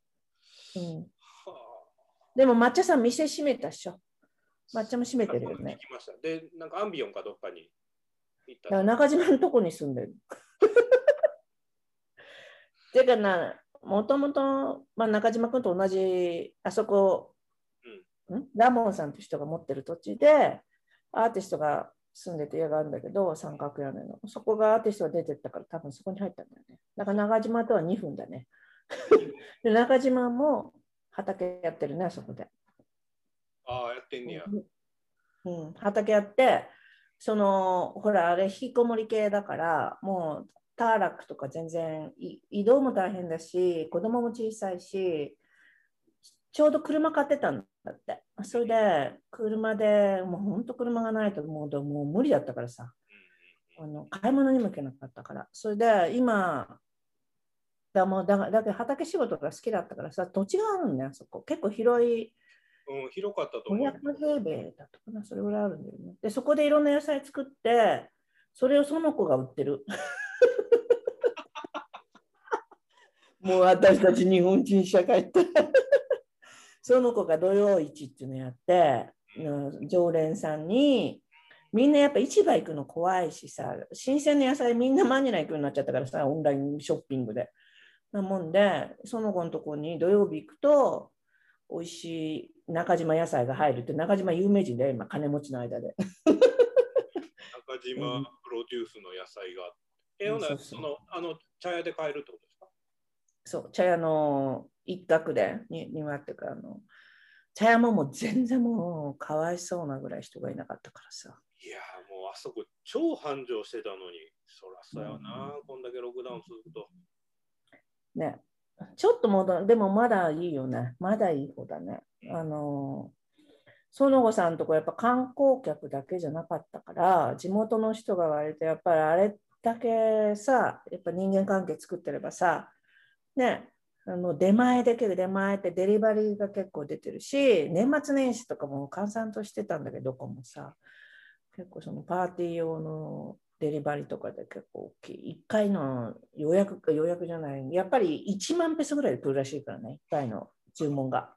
でも抹茶さん店閉めたっしょ。抹茶も閉めてるよね。 行きました。で、なんかアンビオンかどっかに行った。 中島のとこに住んでる。てかな、もともと中島君と同じ、あそこ、ラモンさんという人が持ってる土地で、アーティストが住んでて家があるんだけど、三角屋根の。そこがアーティストが出てったから、多分そこに入ったんだよね。だから中島とは2分だね。で中島も畑やってるね、そこで。 やってんねや。 畑やって、ほら、あれ、引きこもり系だから、もう、ターラックとか全然移動も大変だし、子供も小さいし、ちょうど車買ってたんだって。それで、車で、もう本当車がないともう無理だったからさ、買い物にも行けなかったから。それで、今、だけど畑仕事が好きだったからさ、土地があるんだよ、そこ。結構広い。 広かったと思う。 500平米だったかな、それぐらいあるんだよね。で、そこでいろんな野菜作って、それをその子が売ってる。もう私たち日本人社会って。その子が土曜市っていうのやって、常連さんに、みんなやっぱ市場行くの怖いしさ、新鮮な野菜みんなマニラ行くようになっちゃったからさ、オンラインショッピングで。なもんで、その子のところに土曜日行くと、美味しい中島野菜が入るって、中島有名人で今、金持ちの間で。 中島プロデュースの野菜が。茶屋で買えるってことですか？ そう、茶屋の一角で、庭っていうか、茶屋ももう全然もうかわいそうなぐらい人がいなかったからさ。 いやもうあそこ超繁盛してたのに、そらそうやな、こんだけロックダウンすると。 ね、ちょっとでもまだいいよね。まだいい方だね。園子さんとこやっぱ観光客だけじゃなかったから、地元の人が割とやっぱりあれだけさ、やっぱ人間関係作ってればさ、ね、出前ってデリバリーが結構出てるし、年末年始とかも閑散としてたんだけど、どこもさ、結構そのパーティー用のデリバリーとかで結構大きい。1回の予約じゃない。やっぱり1万ペソぐらいで来るらしいからね、1回の注文が。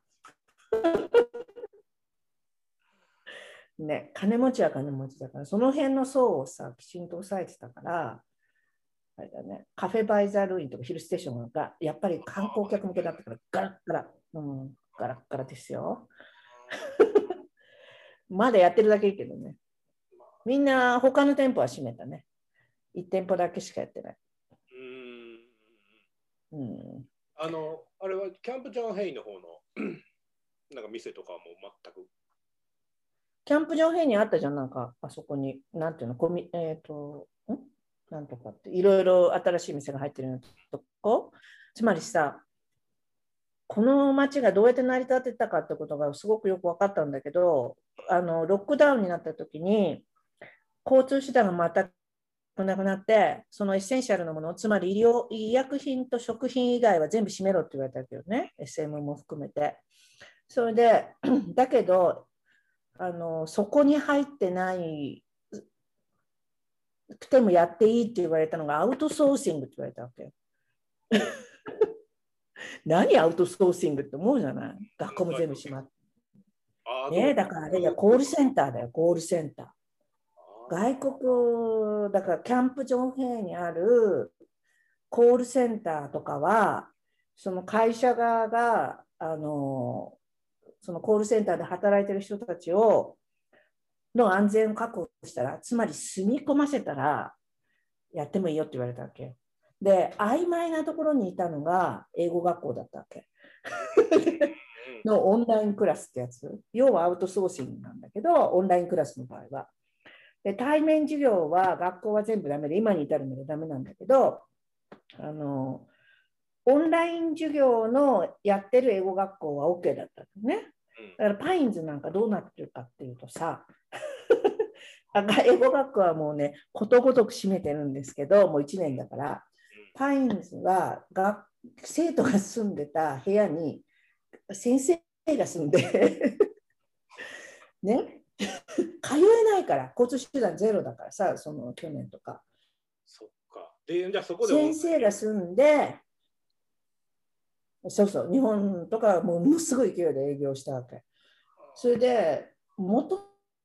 ね、金持ちは金持ちだから、その辺の層をさ、きちんと抑えてたから、あれだね、カフェバイザールインとかヒルステーションがやっぱり観光客向けだったからガラッガラ、ガラッガラですよ。まだやってるだけいいけどね。みんな他の店舗は閉めたね。1店舗だけしかやってない。 あれはキャンプジョンヘイの方のなんか店とかも全く。 キャンプ場辺にあったじゃん、なんかあそこに、なんていうの、なんとかって、いろいろ新しい店が入ってるようなとこ。つまりさ、この街がどうやって成り立ってたかってことがすごくよく分かったんだけど、ロックダウンになった時に、交通手段が全くなくなって、そのエッセンシャルなもの、つまり医薬品と食品以外は全部閉めろって言われたけどね、SM も含めて。それで、だけど、そこに入ってないくてもやっていいって言われたのがアウトソーシングって言われたわけ。何アウトソーシングって思うじゃない。学校も全部閉まって。ね、だからあれがコールセンターだよ、コールセンター。外国、だからキャンプ場辺にあるコールセンターとかは、その会社側が、そのコールセンターで働いてる人たちの安全を確保したら、つまり住み込ませたら、やってもいいよって言われたわけ。で、曖昧なところにいたのが英語学校だったわけ。のオンラインクラスってやつ。要はアウトソーシングなんだけど、オンラインクラスの場合は。で、対面授業は学校は全部ダメで、今に至るまでダメなんだけど、オンライン授業のやってる英語学校は OK だったのね。だからパインズなんかどうなってるかっていうとさ、英語学校はもうね、ことごとく閉めてるんですけど、もう1年だから、パインズは生徒が住んでた部屋に先生が住んでね、通えないから、交通手段ゼロだからさ、その去年とか。 そっか。で、じゃあそこで先生が住んで、そうそう、日本とかものすごい勢いで営業したわけ。それで、もと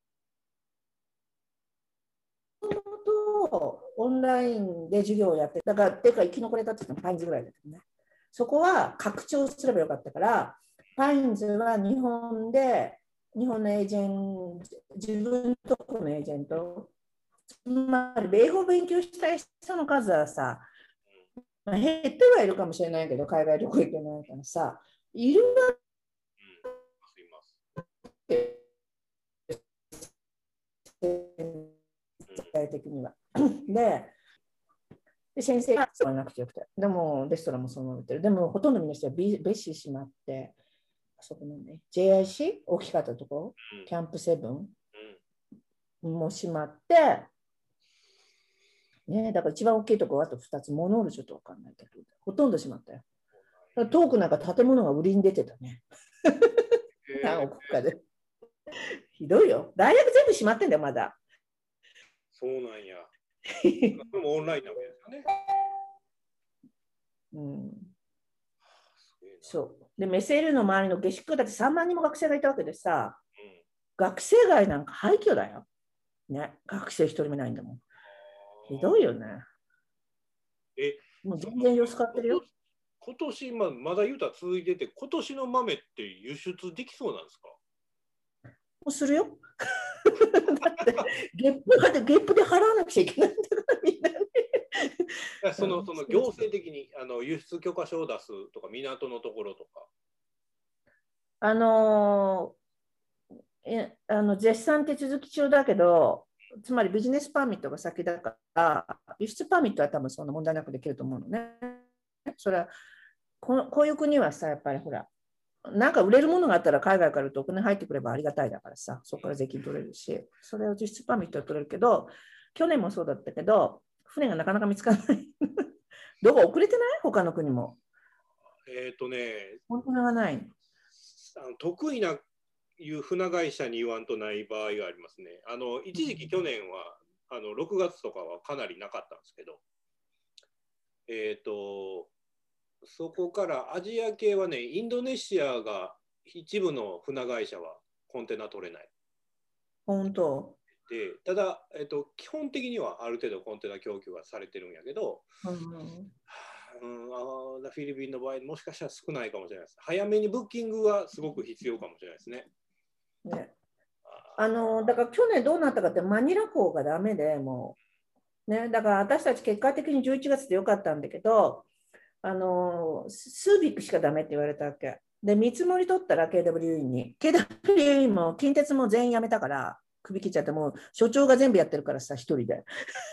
もとオンラインで授業をやって、だから、てか生き残れたって言ってもパインズぐらいだけどね。そこは拡張すればよかったから、パインズは日本のエージェント、自分とこのエージェント、つまり英語を勉強したい人の数はさ、減ってはいるかもしれないけど、海外旅行行けないからさ、いるわけ、絶対的には。で、先生が使わなくてよくて、でもレストランもそのまま売ってる。でもほとんどの人はベッシーしまって、あそこのね、JIC、大きかったところ、キャンプセブンも閉まって、ね、だから一番大きいところはあと2つ、モノールちょっと分かんないけど、ほとんど閉まったよ。遠くなんか建物が売りに出てたね。何億かで。ひどいよ。大学全部閉まってんだよ、まだ。 そうなんや。でもオンラインなわけですよね。 そう。で、メセールの周りの下宿だって3万人も学生がいたわけでさ、学生街なんか廃墟だよ。ね、学生一人もないんだもん。ひどいよね。もう全然様子変わってるよ。 今年、まだ言うたら続いてて、今年の豆って輸出できそうなんですか？ もうするよ。だってゲップで払わなくちゃいけないんだからみんなね。 その行政的に輸出許可証を出すとか、港のところとか。 絶賛手続き中だけど、つまりビジネスパーミットが先だから、輸出パーミットは多分そんな問題なくできると思うのね。それはこういう国はさ、やっぱりほら、なんか売れるものがあったら海外からお金入ってくればありがたいだからさ、そこから税金取れるし、それを輸出パーミットは取れるけど、去年もそうだったけど、船がなかなか見つからない。どこ遅れてない？他の国も。本当がない。 得意ないう船会社に言わんとない場合がありますね。一時期去年は 6月とかはかなりなかったんですけど、そこからアジア系はね、インドネシアが一部の船会社はコンテナ取れない。 本当。 で、ただ、基本的にはある程度コンテナ供給はされてるんやけど、 うん、 フィリピンの場合、もしかしたら少ないかもしれないです。早めにブッキングはすごく必要かもしれないですね。 ね、だから去年どうなったかって、マニラ港がダメでもう、ね、だから私たち結果的に11月でよかったんだけど、スービックしかダメって言われたわけ。で、見積もり取ったら KWE に。KWE も近鉄も全員辞めたから、首切っちゃって、もう所長が全部やってるからさ、一人で。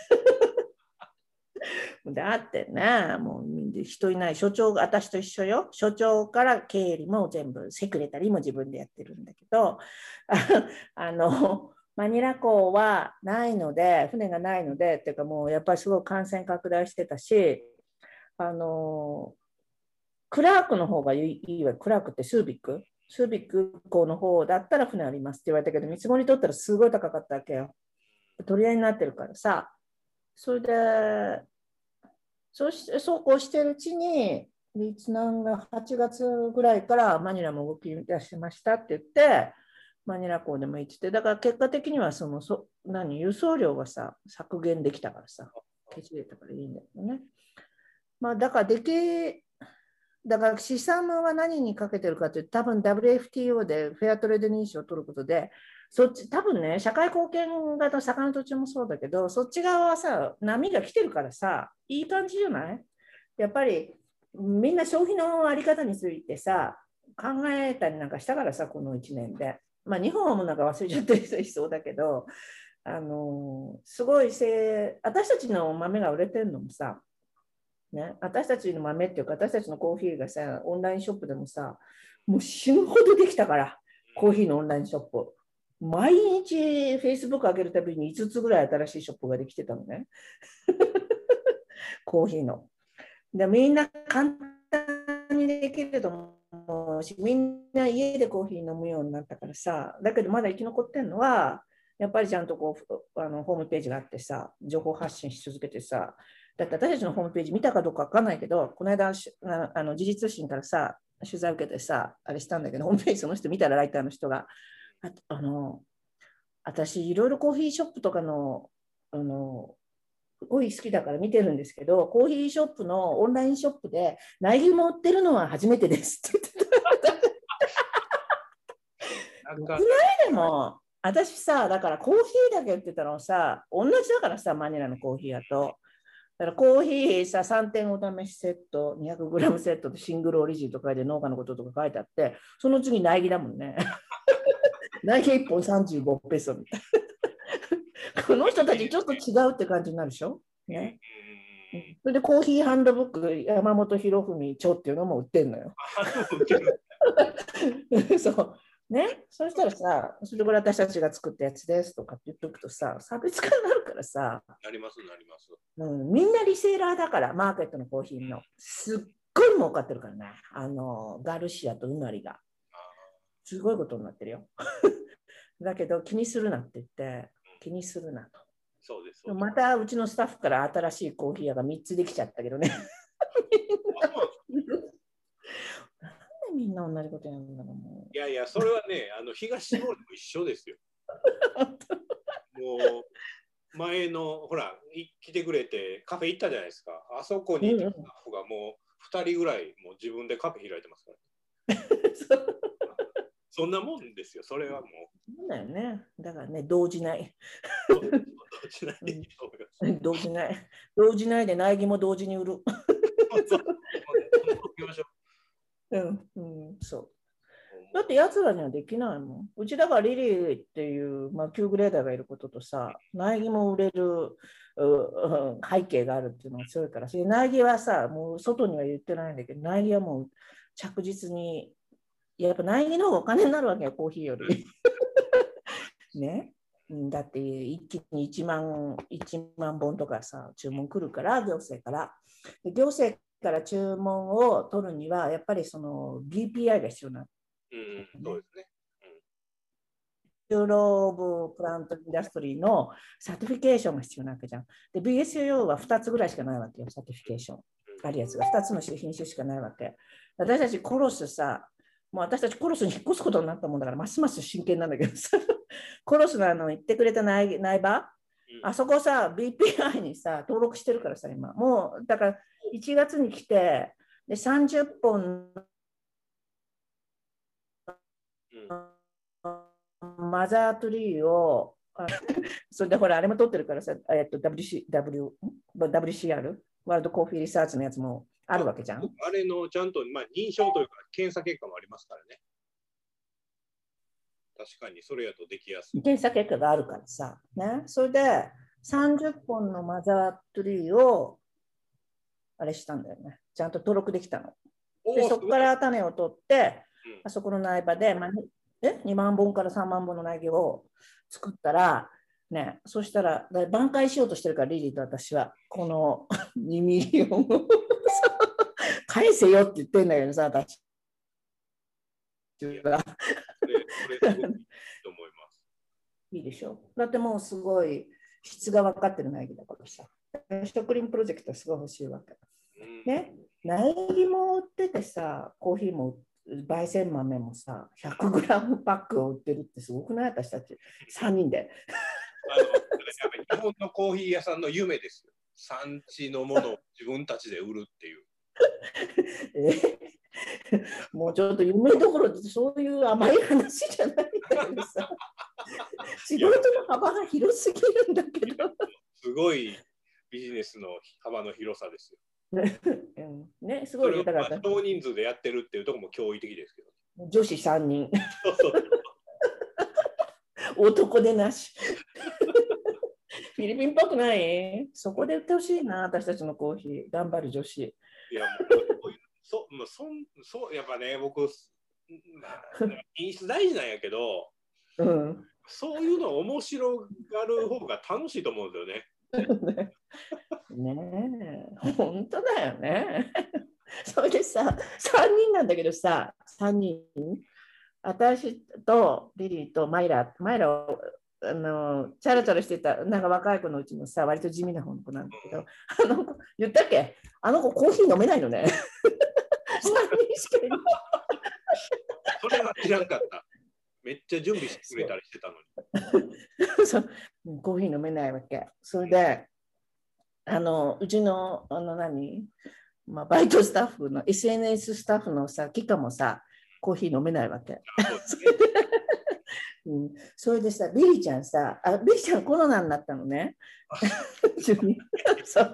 だってね、もう人いない、所長が私と一緒よ。所長から経理も全部、セクレタリーも自分でやってるんだけど、マニラ港はないので、船がないので、っていうかもうやっぱりすごい感染拡大してたし、クラークの方がいいわ。クラークってスービック港の方だったら船ありますって言われたけど、見積もり取ったらすごい高かったわけよ。取り合いになってるからさ。それで、そうこうしてるうちに、リツナンが8月ぐらいからマニラも動き出しましたって言って、マニラ港でも行ってて、だから結果的には輸送量がさ、削減できたからさ、消し入れたからいいんだけどね。まあ、だから資産は何にかけてるかというと、多分 WFTO でフェアトレード認証を取ることで、そっち多分ね、社会貢献型の魚土地もそうだけど、そっち側はさ、波が来てるからさ、いい感じじゃない？やっぱりみんな消費のあり方についてさ、考えたりなんかしたからさ、この1年で。まあ、日本はもうなんか忘れちゃったりしそうだけど、すごい私たちの豆が売れてるのもさ、ね、私たちの豆っていうか、私たちのコーヒーがさ、オンラインショップでもさ、もう死ぬほどできたから、コーヒーのオンラインショップ。毎日 Facebook 開けるたびに5つぐらい新しいショップができてたのね。コーヒーの。でみんな簡単にできると思うし、みんな家でコーヒー飲むようになったからさ、だけどまだ生き残ってるのは、やっぱりちゃんとホームページがあってさ、情報発信し続けてさ、だって私たちのホームページ見たかどうか分かんないけど、この間、時事通信からさ、取材受けてさ、あれしたんだけど、ホームページその人見たら、ライターの人が、私、いろいろコーヒーショップとかの、コーヒー好きだから見てるんですけど、コーヒーショップのオンラインショップで苗木も売ってるのは初めてですって言ってた。国内でも、私さ、だからコーヒーだけ売ってたのさ、同じだからさ、マニラのコーヒー屋と。だからコーヒーさ、3点お試しセット、200g セットでシングルオリジンとかで農家のこととか書いてあって、その次苗木だもんね。苗木1本35ペソみたいな。この人たちちょっと違うって感じになるでしょ、ね。それでコーヒーハンドブック、山本博文著っていうのも売ってんのよ。そう。ね、そしたらさ、それこれ私たちが作ったやつですとかって言っておくとさ、差別化になるからさ、 なります、なります。 みんなリセーラーだから、マーケットのコーヒーの。すっごい儲かってるからね、ガルシアとうなりが。すごいことになってるよ。だけど、気にするなって言って、気にするなと。 そうです。 またうちのスタッフから新しいコーヒー屋が3つできちゃったけどね。なんでみんな同じことやるんだろう。もいやいや、それはね、東日本も一緒ですよ。もう、前の、ほら、来てくれてカフェ行ったじゃないですか。あそこにいたスタッフがもう2人ぐらいもう自分でカフェ開いてますから。そんなもんですよ、それはもう。 そうだよね。だからね、動じない。 動じないでいいと思います。 動じない。動じないで苗木も同時に売る。そう。だってやつらにはできないもん。うちだからリリーっていう、キューグレーダーがいることとさ、苗木も売れる背景があるっていうのが強いから、それ苗木はさ、もう外には言ってないんだけど、苗木はもう着実に、やっぱ苗木の方がお金になるわけよ、コーヒーより。ね。だって一気に1万本とかさ、注文来るから、行政から。で行政から注文を取るには、やっぱりその BPI が必要なの。 そうですね。 ューロ・オブ・プラント・インダストリーのサティフィケーションが必要なわけじゃん。で、BSU は2つぐらいしかないわけよ、サティフィケーション。あるやつが2つの品種しかないわけ。私たちコロスさ、もう私たちコロスに引っ越すことになったもんだから、ますます真剣なんだけどさ、コロスの言ってくれた苗場、あそこさ、BPI にさ、登録してるからさ、今。もう、だから1月に来て、で30本マザートリーを、それでほら、あれも取ってるからさ、WCR、ワールドコーヒーリサーチのやつもあるわけじゃん。 あれのちゃんと、認証というか、検査結果もありますからね。確かに、それやとできやすい。 検査結果があるからさ、ね。それで30本のマザートリーを、あれしたんだよね。ちゃんと登録できたの。で、そこから種を取って、あそこの苗場で、2万本から3万本の苗木を作ったら、ね、そしたら挽回しようとしてるから、リリーと私は、この2ミリオンを返せよって言ってんだけどさ、私は。 それすごくいいと思います。 いいでしょ。だってもうすごい質が分かってる苗木だからさ。植林プロジェクトはすごい欲しいわけ。ね、苗木も売っててさ、コーヒーも焙煎豆もさ、100グラムパックを売ってるってすごくない？私たち3人で。 日本のコーヒー屋さんの夢ですよ。産地のものを自分たちで売るっていう。 もうちょっと夢どころでそういう甘い話じゃないんだけどさ、仕事の幅が広すぎるんだけど。 すごいビジネスの幅の広さですよ。 ね、すごいだから少人数でやってるっていうところも驚異的ですけど。 女子3人。男でなし。フィリピンっぽくない？そこで売ってほしいな、私たちのコーヒー。頑張る女子。 いや、やっぱね、僕、品質大事なんやけど、そういうの面白がる方が楽しいと思うんだよね。 ねえ、本当だよね。それでさ、3人なんだけどさ、3人、私とリリーとマイラをチャラチャラしてた、なんか若い子のうちのさ、割と地味な方の子なんだけど、言ったっけ？あの子コーヒー飲めないのね。3人しかいない。 それは知らんかった。めっちゃ準備してくれたりしてたのに。 そうコーヒー飲めないわけ。それで、うちの、バイトスタッフの SNS スタッフのさ、キカもさ、コーヒー飲めないわけ。それでさ、ビリーちゃんさ、ビリーちゃんコロナになったのね。そう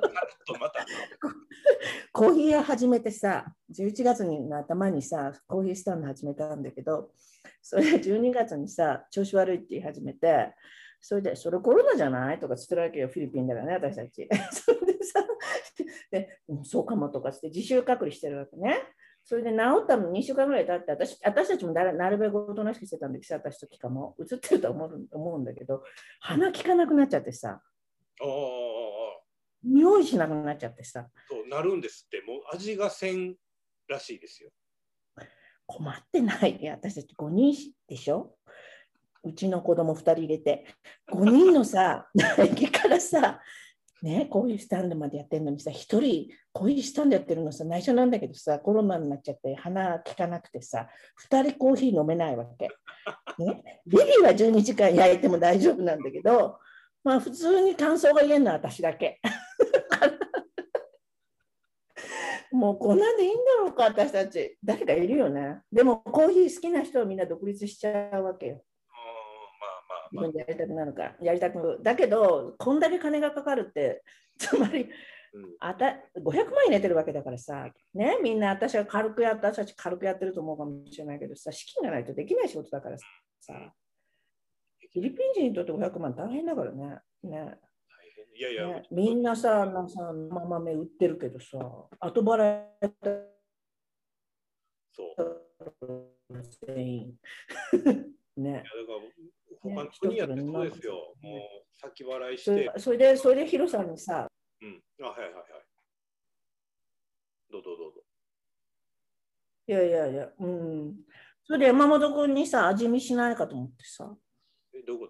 コーヒー屋始めてさ、11月の頭にさ、コーヒースタンド始めたんだけど、それ12月にさ、調子悪いって言い始めて、それで、それコロナじゃないとかつってるわけよ、フィリピンだからね、私たち。それでさ、そうかもとかして自主隔離してるわけね。それで治ったの2週間ぐらい経って、私たちもなるべくおとなしくしてたんだけど、私とキカも映ってると思うんだけど、鼻効かなくなっちゃってさ、匂いしなくなっちゃってさ。 そうなるんですって、もう味がせんらしいですよ。 困ってない。私たち5人でしょ。うちの子供2人入れて、5人のさ、唾液からさ、ね、こういうスタンドまでやってるのにさ、1人こういうスタンドやってるのさ、内緒なんだけどさ、コロナになっちゃって鼻効かなくてさ、2人コーヒー飲めないわけ。ね、ビビは12時間焼いても大丈夫なんだけど、まあ普通に感想が言えるのは私だけ。もうこんなんでいいんだろうか、私たち。誰かいるよね。でもコーヒー好きな人はみんな独立しちゃうわけよ。自分でやりたくなるから。やりたくだけど、こんだけ金がかかるって、つまり、500万入れてるわけだからさ、ね、みんな私たち軽くやってると思うかもしれないけどさ、資金がないとできない仕事だからさ、フィリピン人にとって500万大変だからね。 いやいや、ね、 みんなさ、生豆売ってるけどさ、後払い全員。ね。 いやだから他の国やってそうですよ。もう先払いして。 それでヒロさんにさ、 はいはいはい。どうぞ。 いや、それで山本君にさ、味見しないかと思ってさ。 どういうこと？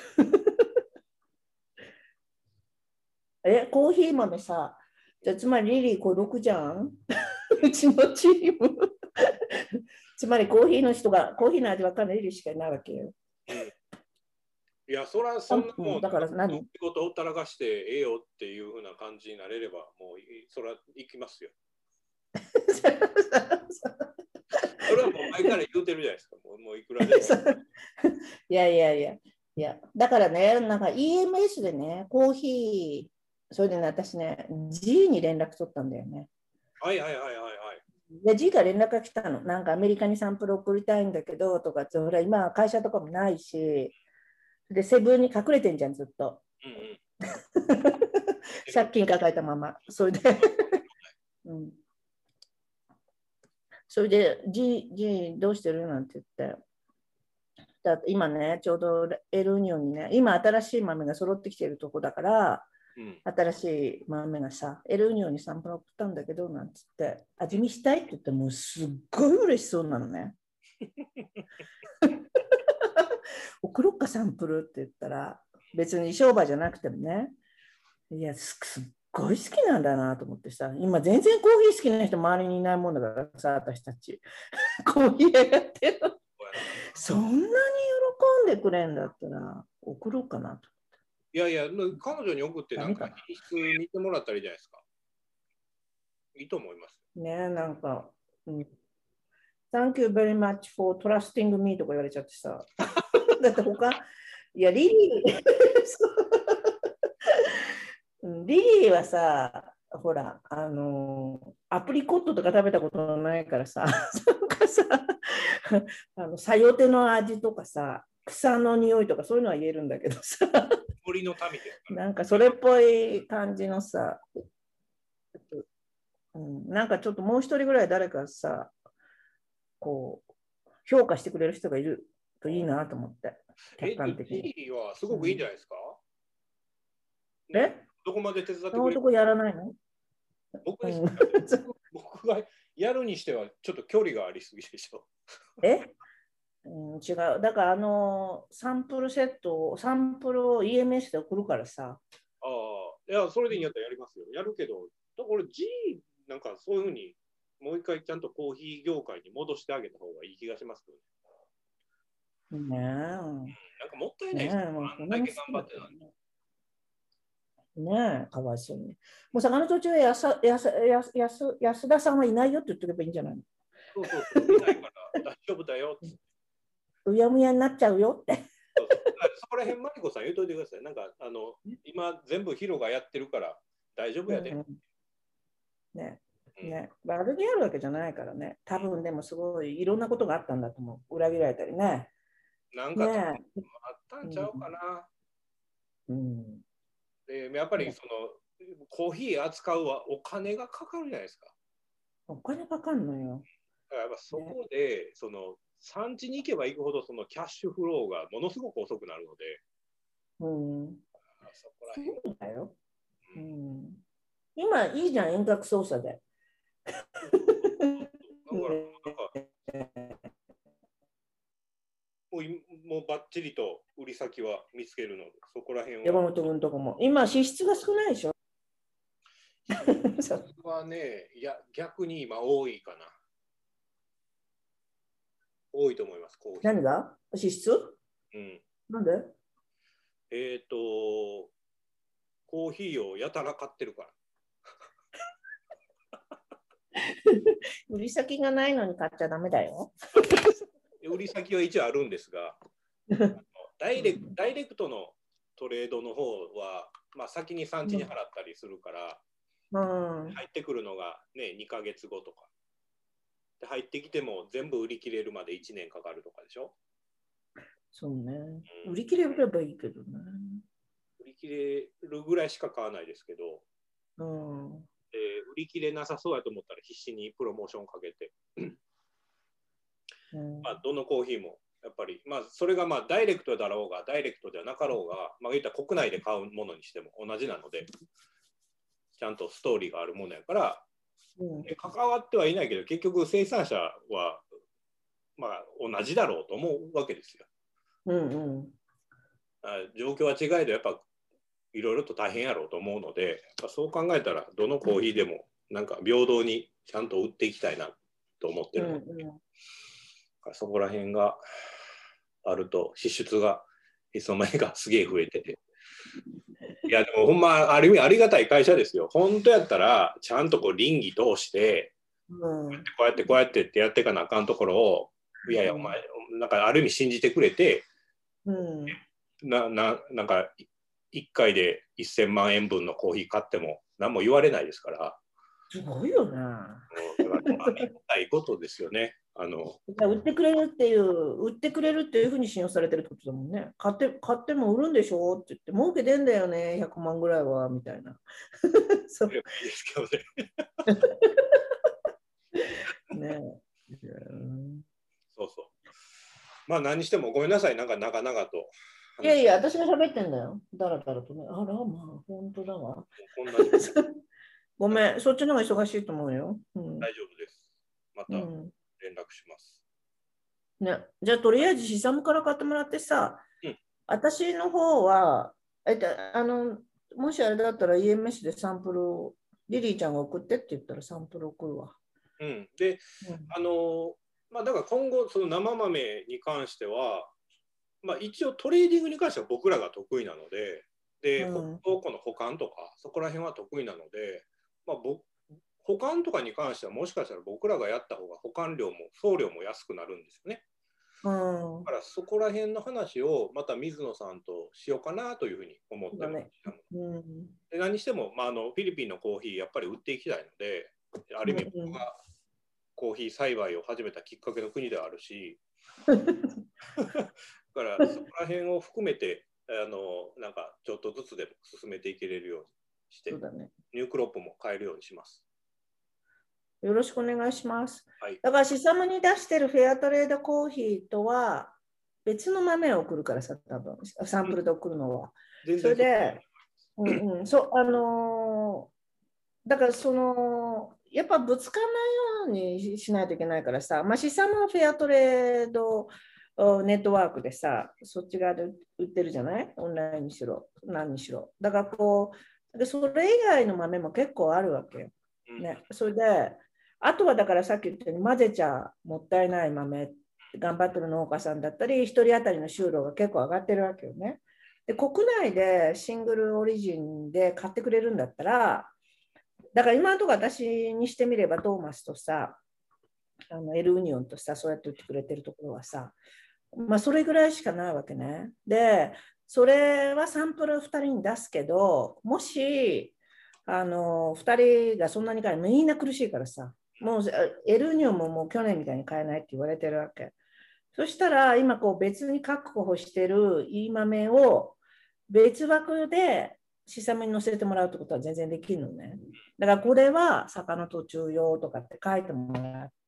コーヒー豆さ、じゃあつまりリリー孤独じゃんうちのチーム。つまりコーヒーの人が、コーヒーの味わかんないリリーしかいないわけよ。 いや、そらそんなもん、 だから何？ 仕事をほったらかしてええよっていうふうな感じになれれば、もうそら行きますよ。それはもう前から言うてるじゃないですか。もういくらでも。 いやいやいや。いや、だからね、なんか EMS でね、コーヒー、それでね、私ね、G に連絡取ったんだよね。 はいはいはいはいはい。 で、G が連絡が来たの。なんかアメリカにサンプル送りたいんだけど、とかって、ほら、今会社とかもないし、で、セブンに隠れてんじゃん、ずっと。 うんうん、 借金抱えたまま。それで、うん、それで、G どうしてるなんて言って。だ今ね、ちょうどエルニオンにね、今新しい豆が揃ってきてるとこだから、 うん、 新しい豆がさ、エルニオンにサンプル送ったんだけど、なんつって、味見したいって言って、もうすっごい嬉しそうなのね。送ろっかサンプルって言ったら、別に商売じゃなくてもね、いや、すっごい好きなんだなと思ってさ、今全然コーヒー好きな人周りにいないもんだからさ、私たち。コーヒーやってる。そんなに喜んでくれんだったら送ろうかなと。 いやいや、彼女に送ってなんか品質見てもらったらいいじゃないですか。いいと思います。 ね、なんか、Thank you very much for trusting me とか言われちゃってさ。だっていや、リリーはさ、ほら、アプリコットとか食べたことないからさ、なんかさ、さよての味とかさ、草の匂いとかそういうのは言えるんだけどさ、 森の民ですから。 なんかそれっぽい感じのさ、なんかちょっともう一人ぐらい誰かさ、こう、評価してくれる人がいるといいなと思って、客観的に。 G はすごくいいんじゃないですか、どこまで手伝ってくれる？ 男やらないの？ 僕がやるにしてはちょっと距離がありすぎでしょ。 違う。だからサンプルを EMS で送るからさ。 ああ、いや、それでいいんやったらやりますよ。やるけど、俺 G なんかそういうふうにもう一回ちゃんとコーヒー業界に戻してあげた方がいい気がしますけどね。 ねえ。 なんかもったいないですよ。あんだけ頑張ってたのに。 ねえ、かわいそうに。もうさ、途中で安田さんはいないよって言っておけばいいんじゃないの？ そう、いないから大丈夫だよって。 うやむやになっちゃうよって。 そこら辺、マリコさん言うといてください。なんか、今全部ヒロがやってるから大丈夫やで。 ね。悪気あるわけじゃないからね。多分でもすごいいろんなことがあったんだと思う。裏切られたりね。 なんか、あったんちゃうかな。でやっぱりコーヒー扱うはお金がかかるじゃないですか。 お金かかるのよ。 だからやっぱそこで、産地に行けば行くほどキャッシュフローがものすごく遅くなるので。そこら辺。 そうだよ。今いいじゃん、遠隔操作で。 もうばっちりと売り先は見つけるので、そこら辺は。 山本君とこも。今、支出が少ないでしょ。 支出はね、いや、逆に今多いかな。多いと思います。 何が支出？なんで？ コーヒーをやたら買ってるから。 売り先がないのに買っちゃダメだよ。 売り先は一応あるんですが、ダイレクトのトレードの方は、先に産地に払ったりするから、入ってくるのが、ね、2ヶ月後とかで、入ってきても全部売り切れるまで1年かかるとかでしょ。 そうね。売り切れればいいけどね。 売り切れるぐらいしか買わないですけど、売り切れなさそうやと思ったら必死にプロモーションかけて、どのコーヒーもやっぱり、それがダイレクトだろうがダイレクトじゃなかろうが、言ったら国内で買うものにしても同じなので、ちゃんとストーリーがあるものやから、関わってはいないけど、結局生産者は同じだろうと思うわけですよ。 状況は違えどやっぱいろいろと大変やろうと思うので、やっぱそう考えたらどのコーヒーでもなんか平等にちゃんと売っていきたいなと思ってるので、そこら辺があると支出がいつの間にかすげえ増えてて。いやでもほんまある意味ありがたい会社ですよ。本当やったらちゃんとこう倫理通して、こうやってこうやってってやっていかなあかんところを、いやいやお前なんかある意味信じてくれて、なんか1回で1000万円分のコーヒー買っても何も言われないですから。 すごいよな。 ありがたいことですよね。 売ってくれるっていうふうに信用されてるってことだもんね。買っても売るんでしょって言って、儲けてんだよね、100万ぐらいは、みたいな。 そういいですけどね。 ねそうそう。まあ何してもごめんなさい、なんか長々と。 いやいや、私が喋ってんだよ。だらだらとね。あら、まあ、本当だわ。 こんなごめん、そっちの方が忙しいと思うよ。 大丈夫です。また連絡します。 ね、じゃあ、とりあえず、シサムから買ってもらってさ、私の方は、もしあれだったら EMS でサンプルを、リリーちゃんが送ってって言ったらサンプル送るわ。 で、まあ、だから今後、その生豆に関しては、まあ、一応トレーディングに関しては僕らが得意なので、倉庫の保管とか、そこら辺は得意なので、まあ、保管とかに関してはもしかしたら僕らがやった方が保管料も送料も安くなるんですよね。だからそこら辺の話をまた水野さんとしようかなというふうに思ってます。で何しても、まあ、フィリピンのコーヒーやっぱり売っていきたいので、ある意味僕がコーヒー栽培を始めたきっかけの国ではあるしだからそこら辺を含めてなんかちょっとずつでも進めていけれるようにして、ニュークロップも変えるようにします。 よろしくお願いします。 はい、 だからシサムに出してるフェアトレードコーヒーとは別の豆を送るからさ、多分サンプルで送るのは。それで、だからやっぱぶつからないようにしないといけないからさ、まあ、シサムのフェアトレードネットワークでさ、そっち側で売ってるじゃない？オンラインにしろ、何にしろ。だからそれ以外の豆も結構あるわけよ。ね、それで、あとはだからさっき言ったように混ぜちゃもったいない豆、頑張ってる農家さんだったり、1人当たりの収入が結構上がってるわけよね。で、国内でシングルオリジンで買ってくれるんだったら、だから今のところ私にしてみればトーマスとさ、エル・ウニオンとさ、そうやって売ってくれてるところはさ、まあそれぐらいしかないわけね。で、それはサンプル2人に出すけど、もし、2人がそんなに買えない、みんな苦しいからさ、もうエル・ウニオンももう去年みたいに買えないって言われてるわけ。そしたら今別に確保してるいい豆を別枠でシサムに乗せてもらうってことは全然できるのね。だからこれは魚途中用とかって書いてもらって、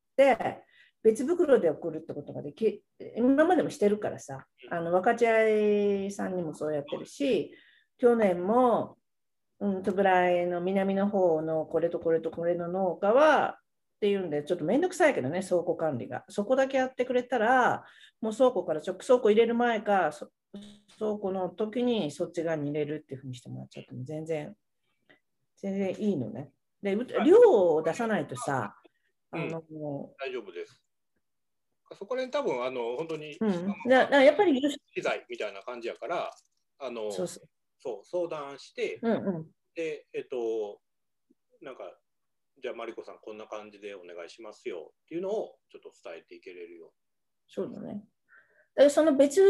別袋で送るってことができ、今までもしてるからさ、分かち合いさんにもそうやってるし、去年も、トブライの南の方のこれとこれとこれの農家は、っていうんで、ちょっとめんどくさいけどね、倉庫管理が。そこだけやってくれたら、もう倉庫から倉庫入れる前か、倉庫の時にそっち側に入れるっていうふうにしてもらっちゃっても全然いいのね。で、量を出さないとさ、 大丈夫です。そこら辺多分本当に、 やっぱり機材みたいな感じやからそう相談して、でなんかじゃあマリコさんこんな感じでお願いしますよっていうのをちょっと伝えていけれるように。 そうだね。でその別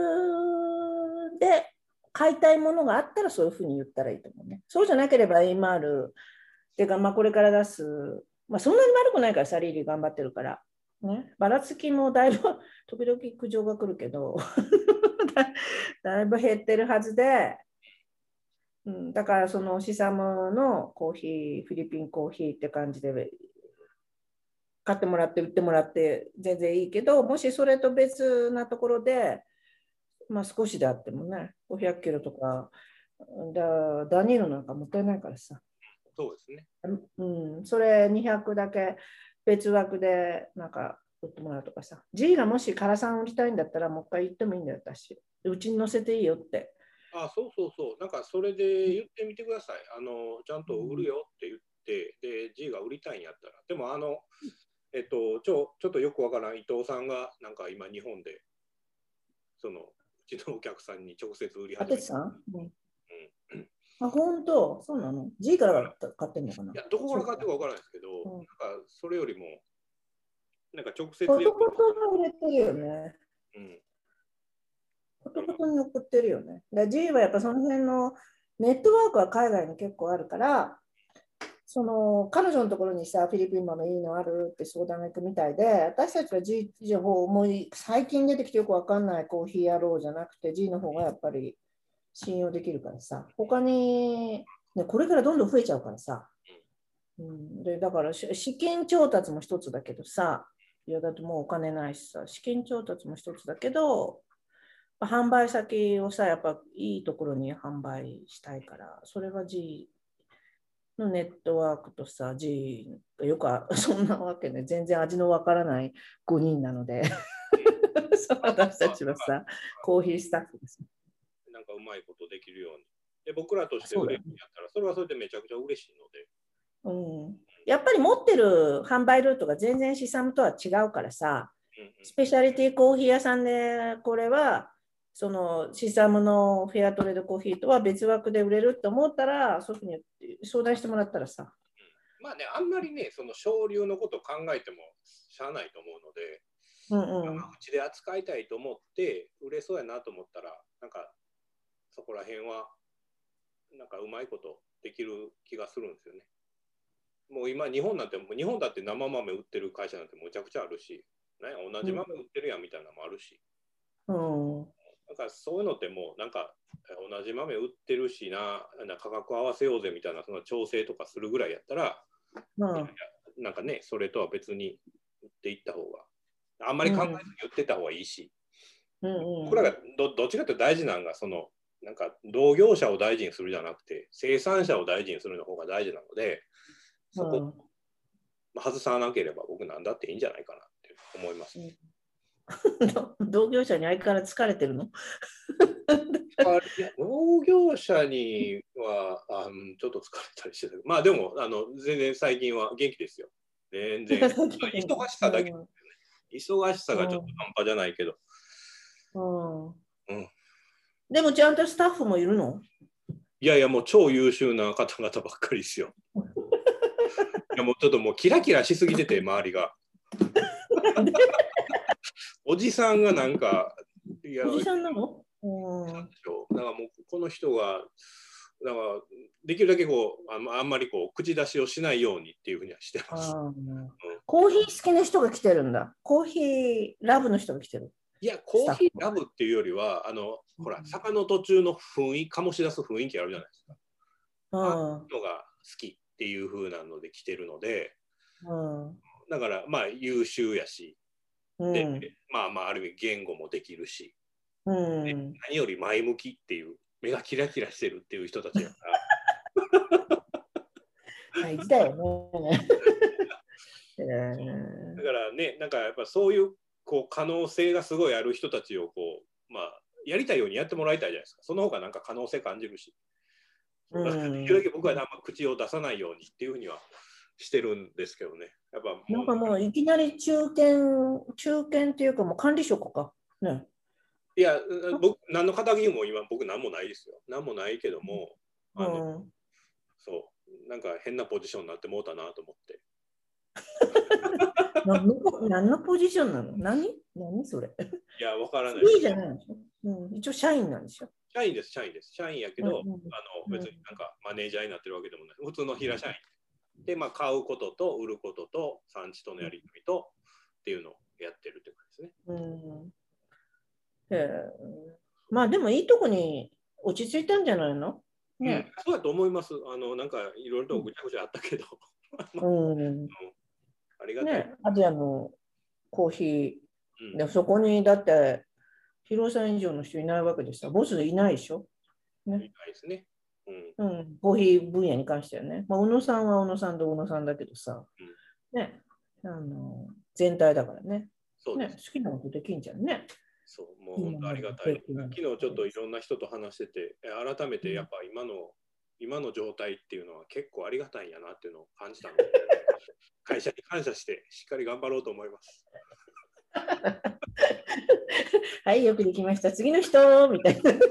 で買いたいものがあったらそういうふうに言ったらいいと思うね。そうじゃなければ AMR っていうか、まあ、これから出す、まあ、そんなに悪くないからさ、リリー頑張ってるから。ね、ばらつきもだいぶ時々苦情が来るけどだいぶ減ってるはずで、だからそのシサムのコーヒー、フィリピンコーヒーって感じで買ってもらって売ってもらって全然いいけど、もしそれと別なところで、まあ、少しであってもね、500キロとかダニーロなんかもったいないからさ。 そうですね。 それ200だけ別枠でなんか売ってもらうとかさ。G がもし辛さん売りたいんだったら、もう一回言ってもいいんだよ、私。うちに載せていいよって。 そうそうそう。なんかそれで言ってみてください。ちゃんと売るよって言って、で、G が売りたいんやったら。でもちょっとよくわからん伊藤さんが、なんか今日本で、うちのお客さんに直接売り始めて。 さん、本当そうなの ?G から買ってんのかな。 いや、どこから買ってるかわからないですけど、なんかそれよりも、なんか直接。 コトコトに売れてるよね。コトコトに送ってるよね。G はやっぱその辺のネットワークは海外に結構あるから、彼女のところにさ、フィリピン豆いいのあるって相談が行くみたいで、私たちは G の方も最近出てきてよくわかんないコーヒーやろうじゃなくて G の方がやっぱり信用できるからさ、他に、ね、これからどんどん増えちゃうからさ、でだから資金調達も一つだけどさ、いやだってもうお金ないしさ、資金調達も一つだけど、販売先をさ、やっぱいいところに販売したいから、それは G のネットワークとさ、G がよくそんなわけね、全然味のわからない5人なので、私たちはさ、コーヒースタッフです。 なんかうまいことできるように。で、僕らとして売れるんやったら、それはそれでめちゃくちゃ嬉しいので。 やっぱり持ってる販売ルートが全然シサムとは違うからさ、スペシャリティコーヒー屋さんでこれはシサムのフェアトレードコーヒーとは別枠で売れるって思ったら、そういうふうに相談してもらったらさ。 まあね、あんまりね、省流のことを考えてもしゃあないと思うので、うちで扱いたいと思って売れそうやなと思ったら、なんかそこら辺はなんかうまいことできる気がするんですよね。もう今日本だって生豆売ってる会社なんてむちゃくちゃあるし、同じ豆売ってるやんみたいなのもあるし、なんかそういうのってもうなんか同じ豆売ってるしな、価格合わせようぜみたいなその調整とかするぐらいやったら、なんかね、それとは別に売っていった方が、あんまり考えずに売ってた方がいいし、僕らがどっちかというと大事なのがなんか同業者を大事にするじゃなくて生産者を大事にするの方が大事なので、そこ、外さなければ僕なんだっていいんじゃないかなって思います。 同業者に相変わらず疲れてるの同業者にはちょっと疲れたりしてたけど、まあでも全然最近は元気ですよ。全然忙しさだけ、ね、忙しさがちょっと半端じゃないけど。 でもちゃんとスタッフもいるの？ いやいや、もう超優秀な方々ばっかりですよ。いやもうちょっともうキラキラしすぎてて、周りが。おじさんがなんか、 おじさんなの？ だからもうこの人が、だからできるだけあんまり口出しをしないようにっていうふうにはしてます。 コーヒー好きな人が来てるんだ。コーヒーラブの人が来てる。 いや、コーヒーラブっていうよりは、ほら、坂の途中の雰囲気、醸し出す雰囲気あるじゃないですか。あの人が好きっていう風なので来てるので、だからまあ優秀やし、でまあある意味言語もできるし、何より前向きっていう目がキラキラしてるっていう人たちだから。 大事だよね。 だからね、なんかやっぱそういう可能性がすごいある人たちをまあやりたいようにやってもらいたいじゃないですか。その方がなんか可能性感じるし。できるだけ僕はあんま口を出さないようにっていうふうにはしてるんですけどね。やっぱなんかもういきなり中堅っていうかもう管理職か。ね、 いや、僕、何の肩書きも今僕何もないですよ。何もないけども、そう、なんか変なポジションになってもうたなと思って。 何のポジションなの？何それ？ いや、わからない。 いいじゃないでしょ。一応社員なんでしょ。 社員です。社員やけど、別になんかマネージャーになってるわけでもない。普通の平社員。で、まあ、買うことと売ることと産地とのやり取りとっていうのをやってるってことですね。 まあでもいいとこに落ち着いたんじゃないの？ ね、そうだと思います。なんかいろいろとぐちゃぐちゃあったけど。ありがたい。 ね、アジアのコーヒー、でそこにだってヒロさん以上の人いないわけでさ、ボスいないでしょ。 いないですね。 コーヒー分野に関してはね。まあ、小野さんは小野さんと小野さんだけどさ、ね、全体だからね。 そうです。 ね、好きなことできんじゃんね。 そう、もう本当ありがたい。昨日ちょっといろんな人と話してて、改めてやっぱ今の状態っていうのは結構ありがたいんやなっていうのを感じたので、会社に感謝してしっかり頑張ろうと思います。 はい、よくできました。次の人みたいな。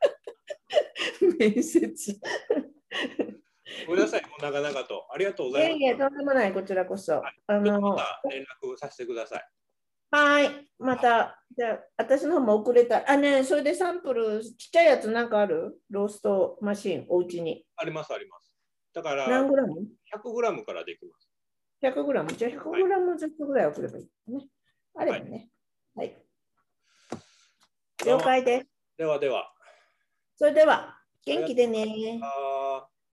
面接。 ごめんなさい、もう長々と。ありがとうございます。 いやいや、とんでもない、こちらこそ。 はい、また連絡させてください。 はい、また、じゃあ、私の方も遅れた。あ、ね、それでサンプル、ちっちゃいやつなんかある？ローストマシン、おうちに。 あります、あります。だから、 何グラム？ 100グラムからできます。 100グラム。じゃあ100グラムずつぐらい送ればいいね。あればね。はい。了解です。 ではでは。 それでは、元気でね。